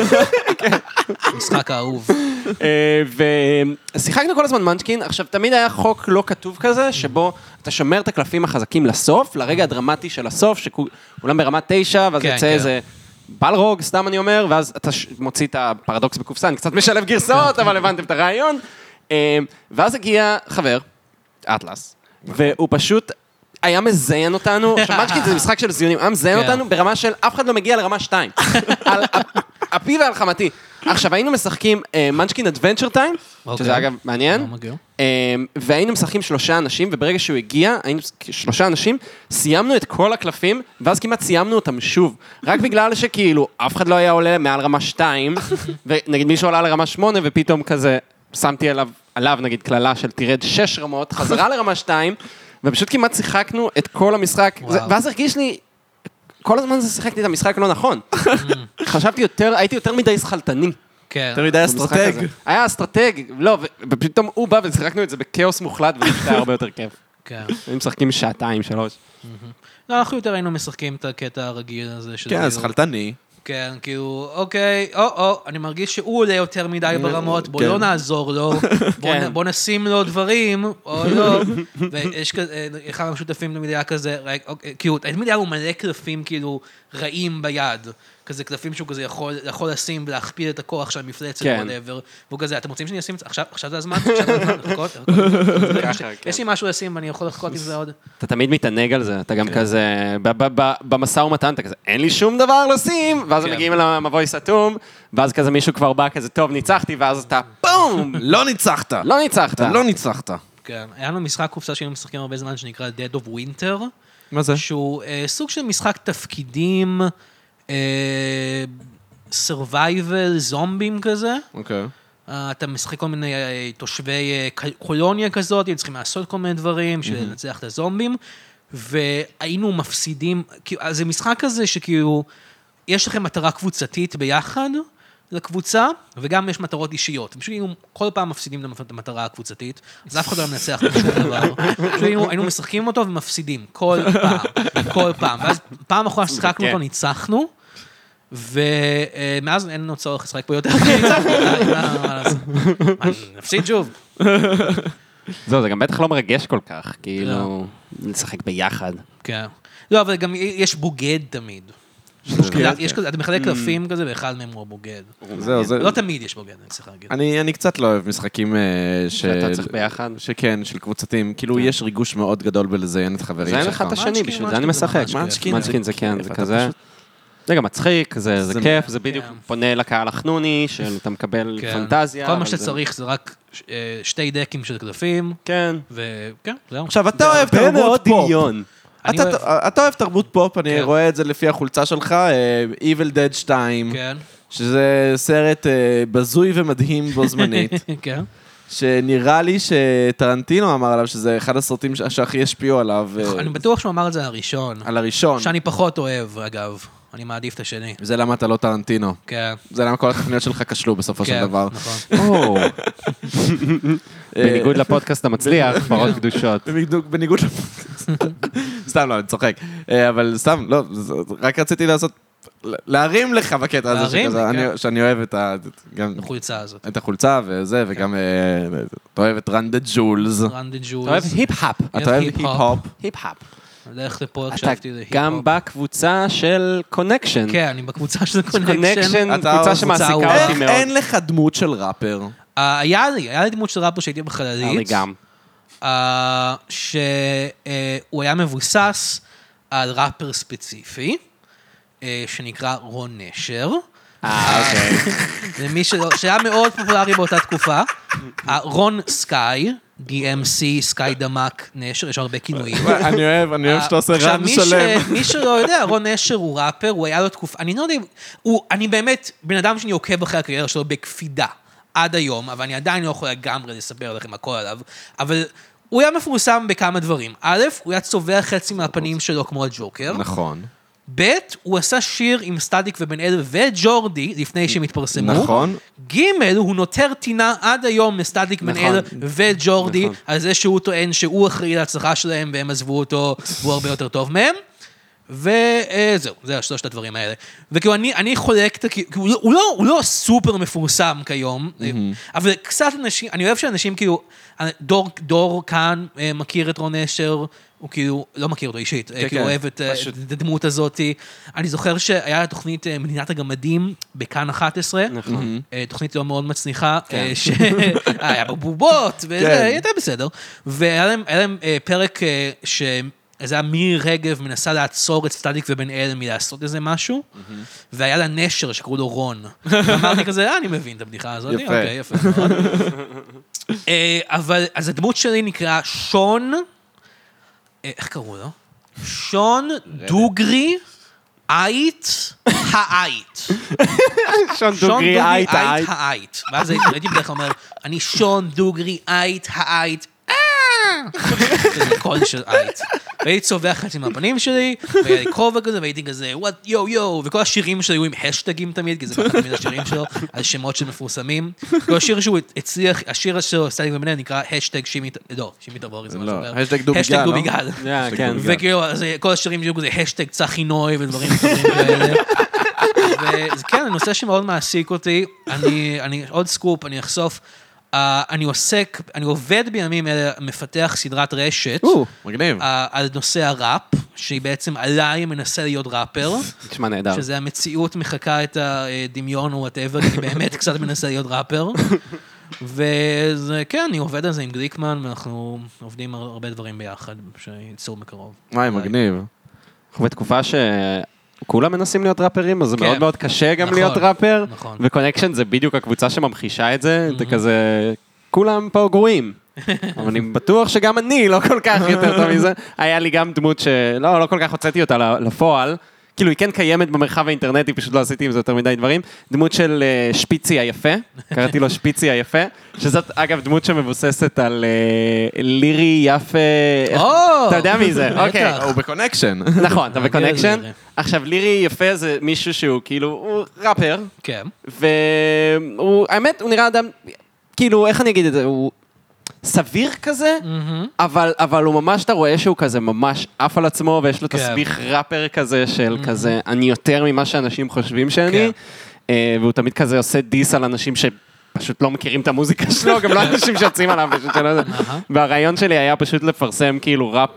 משחק האהוב. ושיחקנו כל הזמן מנצ'קין, עכשיו תמיד היה חוק לא כתוב כזה, שבו אתה שומר את הקלפים החזקים לסוף, לרגע הדרמטי של הסוף, שכולם ברמת תשע, ואז יוצא איזה בלרוג, סתם אני אומר, ואז אתה מוציא את הפרדוקס בקופסה, אני קצת משלב גרסאות, אבל הבנתם את הרעיון. ואז הגיע חבר, אטלס, והוא פשוט היה מזיין אותנו, עכשיו מנצ'קין זה משחק של זיונים, היה מזיין אותנו ברמה של אף אחד לא מגיע לרמה שתיים, על אפי ועל חמתי. עכשיו היינו משחקים מנצ'קין אדוונצ'ר טיים, שזה אגב מעניין, והיינו משחקים שלושה אנשים, וברגע שהוא הגיע, היינו שלושה אנשים, סיימנו את כל הקלפים, ואז כמעט סיימנו אותם שוב, רק בגלל שכאילו אף אחד לא היה עולה מעל רמה שתיים, ונגיד מישהו עולה לרמה שמונה, ופתאום כזה שמתי עליו, עליו נגיד כללה של תירד שש רמות, חזרה לרמה שתיים, ופשוט כמעט שיחקנו את כל המשחק, ואז הרגיש לי, כל הזמן זה שיחקתי את המשחק לא נכון. חשבתי יותר, הייתי יותר מדי שחלטני. כן. יותר מדי אסטרטג. היה אסטרטג, לא, ופתאום הוא בא ושיחקנו את זה בכאוס מוחלט, וזה היה הרבה יותר כיף. כן. היינו משחקים שעתיים, שלוש. לא, אנחנו יותר היינו משחקים את הקטע הרגיל הזה. כן, שחלטני. כן, כאילו, אוקיי, או, או, אני מרגיש שהוא עולה יותר מדי ברמות, בוא לא נעזור לו, בוא נשים לו דברים, או לא, ויש כזה, אחד המשותפים תמיד היה כזה, כאילו, תמיד היה לו מלא קלפים, כאילו, רעים ביד, כזה קלפים שהוא כזה יכול לשים ולהכפיל את הכוח של המפלצת, והוא כזה, אתם רוצים שאני אשים את זה? עכשיו זה הזמן? עכשיו זה הזמן לחכות? יש לי משהו לשים ואני יכול לחכות עם זה עוד. אתה תמיד מתענג על זה, אתה גם כזה, במסע ומתן, אתה כזה, אין לי שום דבר לשים, ואז הם מגיעים אל המבוי סתום, ואז כזה מישהו כבר בא כזה, טוב, ניצחתי, ואז אתה, בום! לא ניצחת. לא ניצחת. לא ניצחת. כן, היה לנו משחק קופסה שהיינו משחקים הרבה זמן, שנקרא Dead of Winter. מה זה? שהוא סוג של משחק תפקידים, survival, זומבים כזה. אוקיי. אתה משחק כל מיני תושבי קולוניה כזאת, הם צריכים לעשות כל מיני דברים, שנצליח את הזומבים, והיינו מפסידים, זה משחק כזה שכאילו, יש לכם מטרה קבוצתית ביחד, לקבוצה, וגם יש מטרות אישיות. פשוט היינו כל פעם מפסידים את המטרה הקבוצתית, אז אף אחד לא מנצח בשום דבר. פשוט היינו משחקים אותו ומפסידים, כל פעם, כל פעם. ואז פעם אחרונה ששחקנו אותו, ניצחנו, ומאז אין לנו צורך לשחק פה יותר, כי ניצחנו. נפסיד שוב. זהו, זה גם בטח לא מרגש כל כך, כאילו, לשחק ביחד. כן. לא, אבל גם יש בוגד תמיד. יש כזה, אתה מחלק קלפים כזה, ואחד מהם הוא הבוגד. זהו, זה... לא תמיד יש בוגד, אני צריך להגיד. אני קצת לא אוהב משחקים ש... שאתה צריך ביחד? שכן, של קבוצתים. כאילו, יש ריגוש מאוד גדול בלזיין את חברים שלך. לזיין לך את השני, בשביל זה אני משחק. מנצ'קין זה כן, זה כזה. זה גם מצחיק, זה כיף, זה בדיוק פונה לקהל החנוני, שאתה מקבל פנטזיה. כל מה שצריך זה רק שתי דקים של קלפים. כן. וכן, זהו. עכשיו, אתה אוהב תרבות פופ. אתה אוהב תרבות פופ, אני רואה את זה לפי החולצה שלך, Evil Dead שתיים, שזה סרט בזוי ומדהים בו זמנית, שנראה לי שטרנטינו אמר עליו שזה אחד הסרטים שהכי השפיעו עליו. אני בטוח שהוא אמר את זה הראשון. על הראשון. שאני פחות אוהב, אגב. אני מעדיף את השני. זה למה אתה לא טרנטינו. כן. זה למה כל התוכניות שלך כשלו בסופו של דבר. כן, נכון. בניגוד לפודקאסט המצליח, פרות קדושות. בניגוד לפודקאסט. סתם לא, אני צוחק. אבל סתם, לא, רק רציתי לעשות להרים לך בקטע הזה שכזה, שאני אוהב את החולצה הזאת. את החולצה וזה, וגם אתה אוהב את רן דה ג'ולס. רן דה ג'ולס. אתה אוהב היפ-הפ. אתה אוהב היפ-הפ. היפ-הפ. הולך לפה, הקשבתי להיפ-הפ. גם בקבוצה של קונקשן. כן, אני בקבוצה של קונקשן. קונקשן, קבוצה שמעסיקה אותי מאוד. אין לך דמות של ראפר. היה לי, היה לי דמות של ראפר שהייתי בחללית. היה לי גם. שהוא היה מבוסס על ראפר ספציפי, שנקרא רון נשר. אה, אוקיי. למי שלא, שהיה מאוד פופולרי באותה תקופה. רון סקאי, די אם סי, סקאי דמק, נשר, יש הרבה כינויים. אני אוהב, אני אוהב שאתה עושה רן שלם. מי שלא יודע, רון נשר הוא ראפר, הוא היה לו תקופה, אני לא יודע, אני באמת בן אדם שאני עוקב אחרי הקריירה שלו בקפידה. עד היום, אבל אני עדיין לא יכול לגמרי לספר לכם הכל עליו, אבל הוא היה מפורסם בכמה דברים. א', הוא היה צובע חצי מהפנים שלו כמו הג'וקר. נכון. ב', הוא עשה שיר עם סטטיק ובן אל וג'ורדי, לפני שהם התפרסמו. נכון. ג', הוא נותר טינה עד היום לסטטיק בן אל וג'ורדי, על זה שהוא טוען שהוא אחראי להצלחה שלהם, והם עזבו אותו, והוא הרבה יותר טוב מהם. וזהו, זה שלושת הדברים האלה. וכאילו, אני, אני חולק, הוא לא, הוא לא, הוא לא סופר מפורסם כיום, אבל קצת אנשים, אני אוהב שאנשים כאילו, דור, דור כאן מכיר את רון נשר, הוא כאילו, לא מכיר אותו אישית, כאילו אוהב את הדמות הזאת. אני זוכר שהיה תוכנית מדינת הגמדים בכאן אחת עשרה, תוכנית לא מאוד מצליחה, שהיה בבובות, וזה הייתה בסדר. והיה להם פרק ש... זה היה מירי רגב מנסה לעצור את סטטיק ובן אל מלעשות איזה משהו, והיה לה נשר שקראו לו רון. ואמרתי כזה, אה, אני מבין את הבדיחה הזאת. יפה. אוקיי, יפה. אבל, אז הדמות שלי נקרא שון, איך קראו לו? שון דוגרי אית האית. שון דוגרי אית האית. האית. ואז הייתי בדרך כלל אומר, אני שון דוגרי אית האית. זה קול של אייט. והייתי צובע חצי מהפנים שלי, והיה לי כובע כזה, והייתי כזה, what, yo, yo, וכל השירים שלי היו עם השטגים תמיד, כי זה ככה תמיד השירים שלו, על שמות שמפורסמים. כל השיר שהוא הצליח, השיר שלו, סטטיק ובן אל, נקרא השטג שימי, לא, שימי תבורי, זה מה שאומר. השטג דוביגל, לא? דוביגל. כן. וכאילו, כל השירים שלו כזה, השטג צחי נוי, ודברים כאלה. וזה כן, הנושא שמאוד מעסיק אותי, אני, עוד סקופ, אני אחשוף, Uh, אני עוסק, אני עובד בימים אלה, מפתח סדרת רשת, מגניב. Uh, על נושא הראפ, שהיא בעצם עליי מנסה להיות ראפר. נשמע נהדר. שזה המציאות מחכה את הדמיון או whatever, כי אני באמת קצת מנסה להיות ראפר. וזה, כן, אני עובד על זה עם גליקמן, ואנחנו עובדים הרבה דברים ביחד, שיצאו מקרוב. וואי, מגניב. אנחנו בתקופה ש... כולם מנסים להיות ראפרים, אז זה מאוד מאוד קשה גם להיות ראפר, וקונקשן זה בדיוק הקבוצה שממחישה את זה, זה כזה, כולם פה גרועים, אבל אני בטוח שגם אני לא כל כך יותר טוב מזה, היה לי גם דמות שלא, לא כל כך הוצאתי אותה לפועל, כאילו היא כן קיימת במרחב האינטרנטי, פשוט לא עשיתי עם זה יותר מדי דברים, דמות של שפיצי היפה, קראתי לו שפיצי היפה, שזאת אגב דמות שמבוססת על לירי יפה, אתה יודע מי זה, אוקיי. הוא בקונקשן. נכון, אתה בקונקשן. עכשיו לירי יפה זה מישהו שהוא כאילו, הוא ראפר, והוא, האמת, הוא נראה אדם, כאילו, איך אני אגיד את זה, הוא... סביר כזה, אבל, אבל הוא ממש, אתה רואה שהוא כזה ממש עף על עצמו, ויש לו תסביך ראפר כזה של כזה, אני יותר ממה שאנשים חושבים שאני, והוא תמיד כזה עושה דיס על אנשים שפשוט לא מכירים את המוזיקה שלו, גם לא אנשים שיוצאים עליו, פשוט שלא יודע. והרעיון שלי היה פשוט לפרסם כאילו ראפ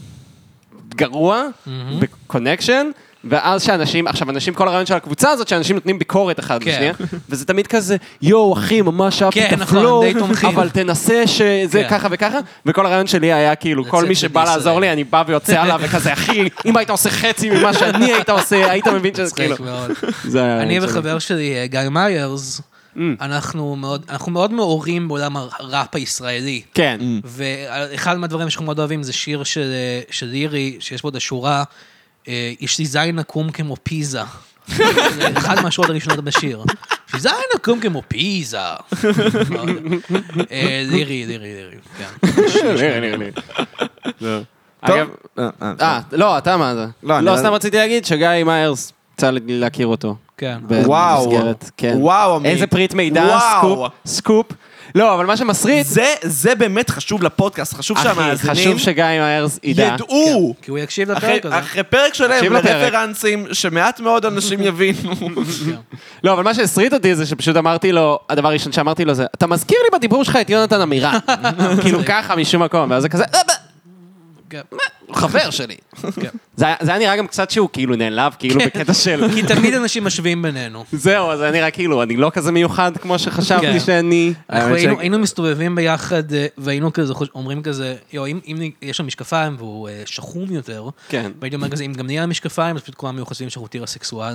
גרוע, בקונקשן, ואז שאנשים, עכשיו אנשים, כל הרעיון של הקבוצה הזאת, שאנשים נותנים ביקורת אחד בשנייה, וזה תמיד כזה, יואו, אחי, ממש אהבתי את הפלואו, אבל תנסה שזה ככה וככה, וכל הרעיון שלי היה כאילו, כל מי שבא לעזור לי, אני בא ויוצא עליו, וכזה, אחי, אם היית עושה חצי ממה שאני היית עושה, היית מבין שזה כאילו. אני וחבר שלי, גיא מיירס, אנחנו מאוד, אנחנו מאוד מעורים בעולם הראפ הישראלי. כן. ואחד מהדברים שאנחנו מאוד אוהבים, זה שיר של לירי, שיש בו את השורה, יש לי זין עקום כמו פיזה. זה אחד מהשורות הראשונות בשיר. יש לי זין עקום כמו פיזה. לירי, לירי, לירי. לירי, לירי. אגב, אה, לא, אתה מה זה? לא, סתם רציתי להגיד שגיא מיירס, צריך להכיר אותו. כן. וואו, במסגרת, כן. וואו, עמית. איזה פריט מידע, וואו. סקופ, סקופ. לא, אבל מה שמסריט, זה, זה באמת חשוב לפודקאסט, חשוב אחי, שהמאזינים חשוב שגיא מהרס ידע. ידעו. כי הוא יקשיב אחרי, לפרק הזה. אחרי פרק שלם, תקשיב לפרק. לרפרנסים, שמעט מאוד אנשים יבינו. לא, אבל מה שהסריט אותי זה שפשוט אמרתי לו, הדבר הראשון שאמרתי לו זה, אתה מזכיר לי בדיבור שלך את יונתן אמירן. כאילו ככה משום מקום, ואז זה כזה, כן. הוא חבר שלי. זה היה- זה היה נראה גם קצת שהוא כאילו נעלב, כאילו בקטע של... כי תמיד אנשים משווים בינינו. זהו, אז זה היה נראה כאילו, אני לא כזה מיוחד כמו כן. שחשבתי שאני... אנחנו האמת היינו, ש- היינו מסתובבים ביחד, אה, והיינו כזה, חוש- אומרים כזה, יו, אם, אם יש לו משקפיים והוא אה, שחום יותר, כן. והייתי אומר כזה, אם גם נהיה משקפיים, אז פשוט כולם היו חושבים שאנחנו טירסקסואל.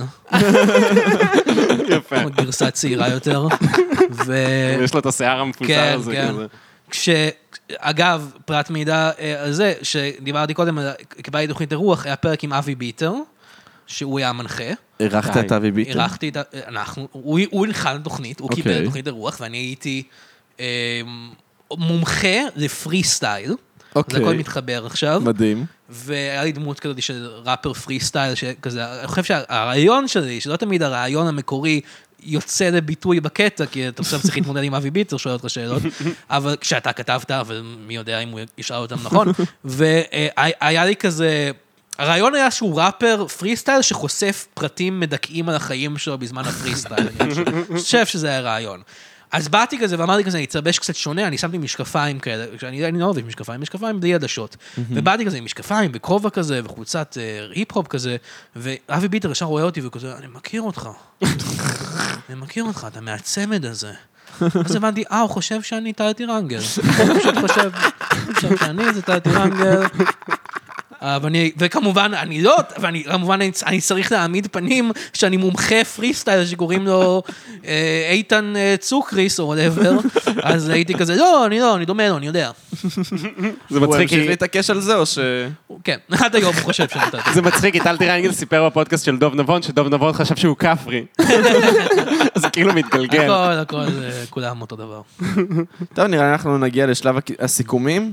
יפה. כמו גרסה צעירה יותר. ו... יש לו את השיער המפוזר כן, הזה כן. כזה. כש... אגב, פרט מידע אה, על זה, שדיברתי קודם, על- קיבלתי תוכנית אירוח, היה פרק עם אבי ביטר, שהוא היה המנחה. אירחת את אבי ביטר? אירחתי את ה... אנחנו, הוא הוא הנחה לתוכנית, הוא אוקיי. קיבל תוכנית אירוח, ואני הייתי אה, מומחה לפרי סטייל. אוקיי. זה הכל מתחבר עכשיו. מדהים. והיה לי דמות כזאת של ראפר פרי סטייל, שכזה, אני חושב שהרעיון שלי, שלא תמיד הרעיון המקורי יוצא לביטוי בקטע, כי אתה עכשיו צריך להתמודד עם אבי ביטר, שואל אותך שאלות, אבל כשאתה כתבת, אבל מי יודע אם הוא ישאל אותם נכון, והיה לי כזה... הרעיון היה שהוא ראפר פרי סטייל שחושף פרטים מדכאים על החיים שלו בזמן הפרי סטייל. אני חושב שזה היה רעיון. אז באתי כזה ואמרתי כזה, אני אצלבש קצת שונה, אני שמתי משקפיים כאלה, אני, אני לא אוהב משקפיים, משקפיים בלי עדשות. ובאתי כזה עם משקפיים וכובע כזה וחולצת אה, היפ-הופ כזה, ואבי ביטר ישר רואה אותי וכזה, אני מכיר אותך. אני מכיר אותך, אתה מהצמד הזה. אז הבנתי, אה, הוא חושב שאני טלטי רנגל. הוא פשוט חושב, הוא חושב שאני זה טלטי רנגל. ואני, וכמובן, אני לא, ואני, כמובן, אני, אני צריך להעמיד פנים שאני מומחה פרי סטייל שקוראים לו אה, איתן אה, צוקריס או whatever, אז הייתי כזה, לא, אני לא, אני דומה לו, אני יודע. זה הוא מצחיק, המשיך כי- להתעקש על זה, או ש... כן, עד היום הוא חושב שאני טלטי. זה מצחיק, כי טל טירנגל סיפר בפודקאסט של דוב נבון, שדוב נבון חשב שהוא כפרי. אז זה כאילו מתגלגל. הכל, הכל, זה כולם אותו דבר. טוב, נראה לי אנחנו נגיע לשלב הק- הסיכומים,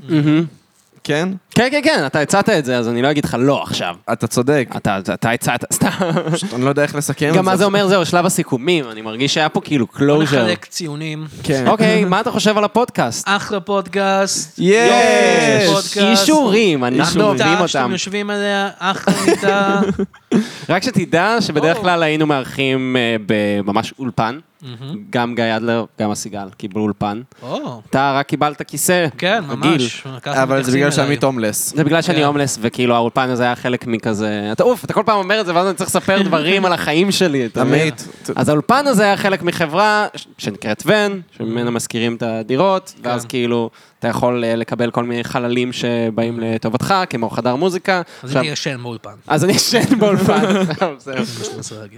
כן? כן, כן, כן, אתה הצעת את זה, אז אני לא אגיד לך לא עכשיו. אתה צודק. אתה אתה הצעת, סתם. פשוט אני לא יודע איך לסכם את זה. גם מה זה אומר, זהו, שלב הסיכומים, אני מרגיש שהיה פה כאילו בוא קלוז'ר. נחלק ציונים. כן. אוקיי, מה אתה חושב על הפודקאסט? אחלה פודקאסט. יש! פודקאסט. אישורים, אנחנו אוהבים מיטה שאתם אותם. יושבים עליה, אחלה מיטה. רק שתדע שבדרך או. כלל היינו מארחים אה, בממש אולפן, גם גיא אדלר, גם הסיגל, קיבלו אולפן. או, אתה רק קיבלת כיסא, כן, רגיל. ממש. ככה אבל זה מתייחסים בגלל אליי. שעמית הומלס. זה בגלל שאני כן. הומלס, וכאילו האולפן הזה היה חלק מכזה... אתה אוף, אתה כל פעם אומר את זה, ואז אני צריך לספר דברים על החיים שלי. אתה מבין? עמית. אז האולפן הזה היה חלק מחברה ש- שנקראת ון, שממנה משכירים את הדירות, ואז כן. כאילו אתה יכול אה, לקבל כל מיני חללים שבאים לטובתך, כמו חדר מוזיקה. אז עכשיו- אני ישן באולפן. אז אני ישן באולפן. זהו. זה מה שאני מנסה להגיד.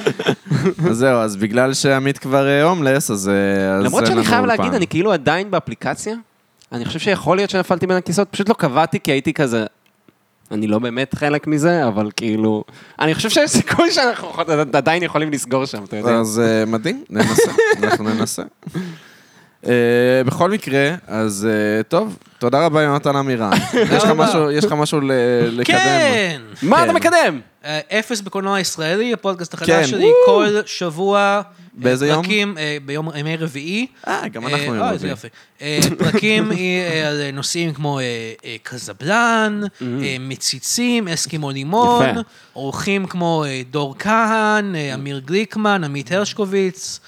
אז זהו, אז בגלל שעמית כבר אה, הומלס, אז אה, אז למרות אין שאני לנו חייב אולפן. להגיד, אני כאילו עדיין באפליקציה, אני חושב שיכול להיות שנפלתי בין הכיסאות, פשוט לא קבעתי כי הייתי כזה, אני לא באמת חלק מזה, אבל כאילו, אני חושב שיש סיכוי שאנחנו עדיין יכולים לסגור שם, אתה יודע. אז אה, מדהים, ננסה, אנחנו ננסה. אה, בכל מקרה, אז אה, טוב, תודה רבה יונתן אמירן. יש לך רבה. משהו- יש לך משהו ל- לקדם? כן! מה אתה כן. מקדם? אה, אפס בקולנוע הישראלי, הפודקאסט כן. החדש שלי, כל שבוע. באיזה אה, יום? פרקים, אה, ביום ימי רביעי. אה, גם אנחנו אה, יום אה, רביעי. זה יופי. אה, פרקים אה, על נושאים כמו אה, אה, קזבלן, אה, מציצים, אסקימו לימון, יפה. אורחים כמו אה, דור כהן, אה, אמיר גליקמן, עמית הרשקוביץ,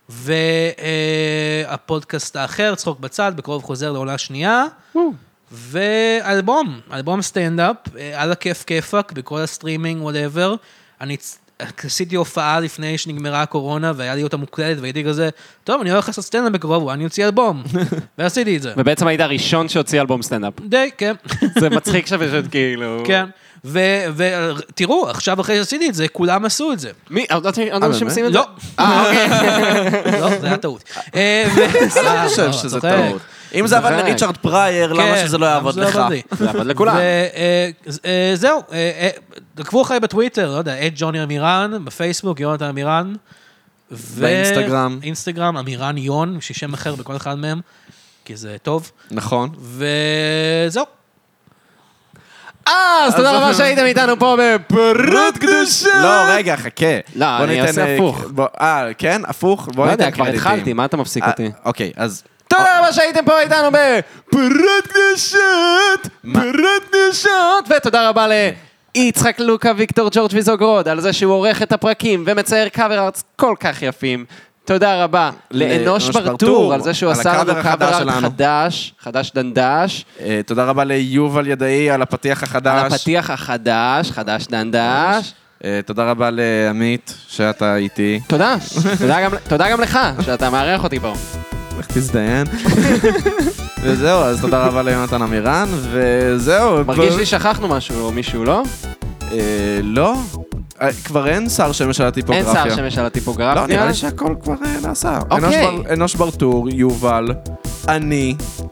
והפודקאסט האחר, צחוק בצד, בקרוב חוזר לעונה שנייה. ואלבום, אלבום סטנדאפ, אה, על הכיף כיפק, בכל הסטרימינג, whatever. אני צ- עשיתי הופעה לפני שנגמרה הקורונה, והיה לי אותה מוקלטת, והייתי כזה, טוב, אני הולך לעשות סטנדאפ בקרוב, אני אוציא אלבום. ועשיתי את זה. ובעצם היית הראשון שהוציא אלבום סטנדאפ. די, כן. זה מצחיק שפשוט כאילו... כן. ותראו, עכשיו אחרי שעשיתי את זה, כולם עשו את זה. מי? עוד עוד אנשים עושים את זה? לא. אה, אוקיי. לא, זה היה טעות. אה, ו- אני חושב לא, שזה צוחק. טעות. אם זה עבד צוחק. לריצ'רד פרייר, למה כן, שזה לא יעבוד למה לך? שזה לא יעבוד לי? זה עבד לכולם. וזהו, תקבו אחרי בטוויטר, לא יודע, את ג'וני אמירן, בפייסבוק, יונתן אמירן. ו- באינסטגרם. אינסטגרם, אמירן יון, יש לי שם אחר בכל אחד מהם, כי זה טוב. נכון. וזהו. אז תודה רבה שהייתם איתנו פה בפרות קדושות. לא, רגע, חכה. לא, אני אעשה הפוך. אה, כן? הפוך? בוא לא ניתן יודע, כבר קרדיטים. התחלתי, מה אתה מפסיק אותי? אוקיי, אז... תודה רבה שהייתם פה איתנו בפרות קדושות, פרות קדושות, ותודה רבה ליצחק לוקה, ויקטור ג'ורג' ויזוגרוד, על זה שהוא עורך את הפרקים ומצייר קאבר ארץ כל כך יפים. תודה רבה לאנוש ברטור, על זה שהוא עשה לנו קאבר ארט חדש, חדש דנדש. תודה רבה ליובל ידעי על הפתיח החדש. על הפתיח החדש, חדש דנדש. תודה רבה לעמית שאתה איתי. תודה, תודה גם לך שאתה מארח אותי פה. איך תזדיין. וזהו, אז תודה רבה ליונתן אמירן, וזהו. מרגיש לי שכחנו משהו או מישהו, לא? לא. כבר אין שר שמש על הטיפוגרפיה. אין שר שמש על הטיפוגרפיה? לא, נראה לי שהכל כבר נעשה. אוקיי. אנוש ברטור, יובל, אני,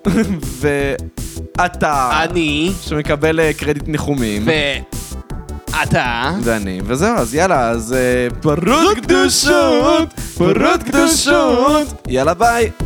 ואתה. אני. שמקבל קרדיט ניחומים. ואתה. ואני, וזהו, אז יאללה, אז פרות קדושות, פרות קדושות. יאללה, ביי.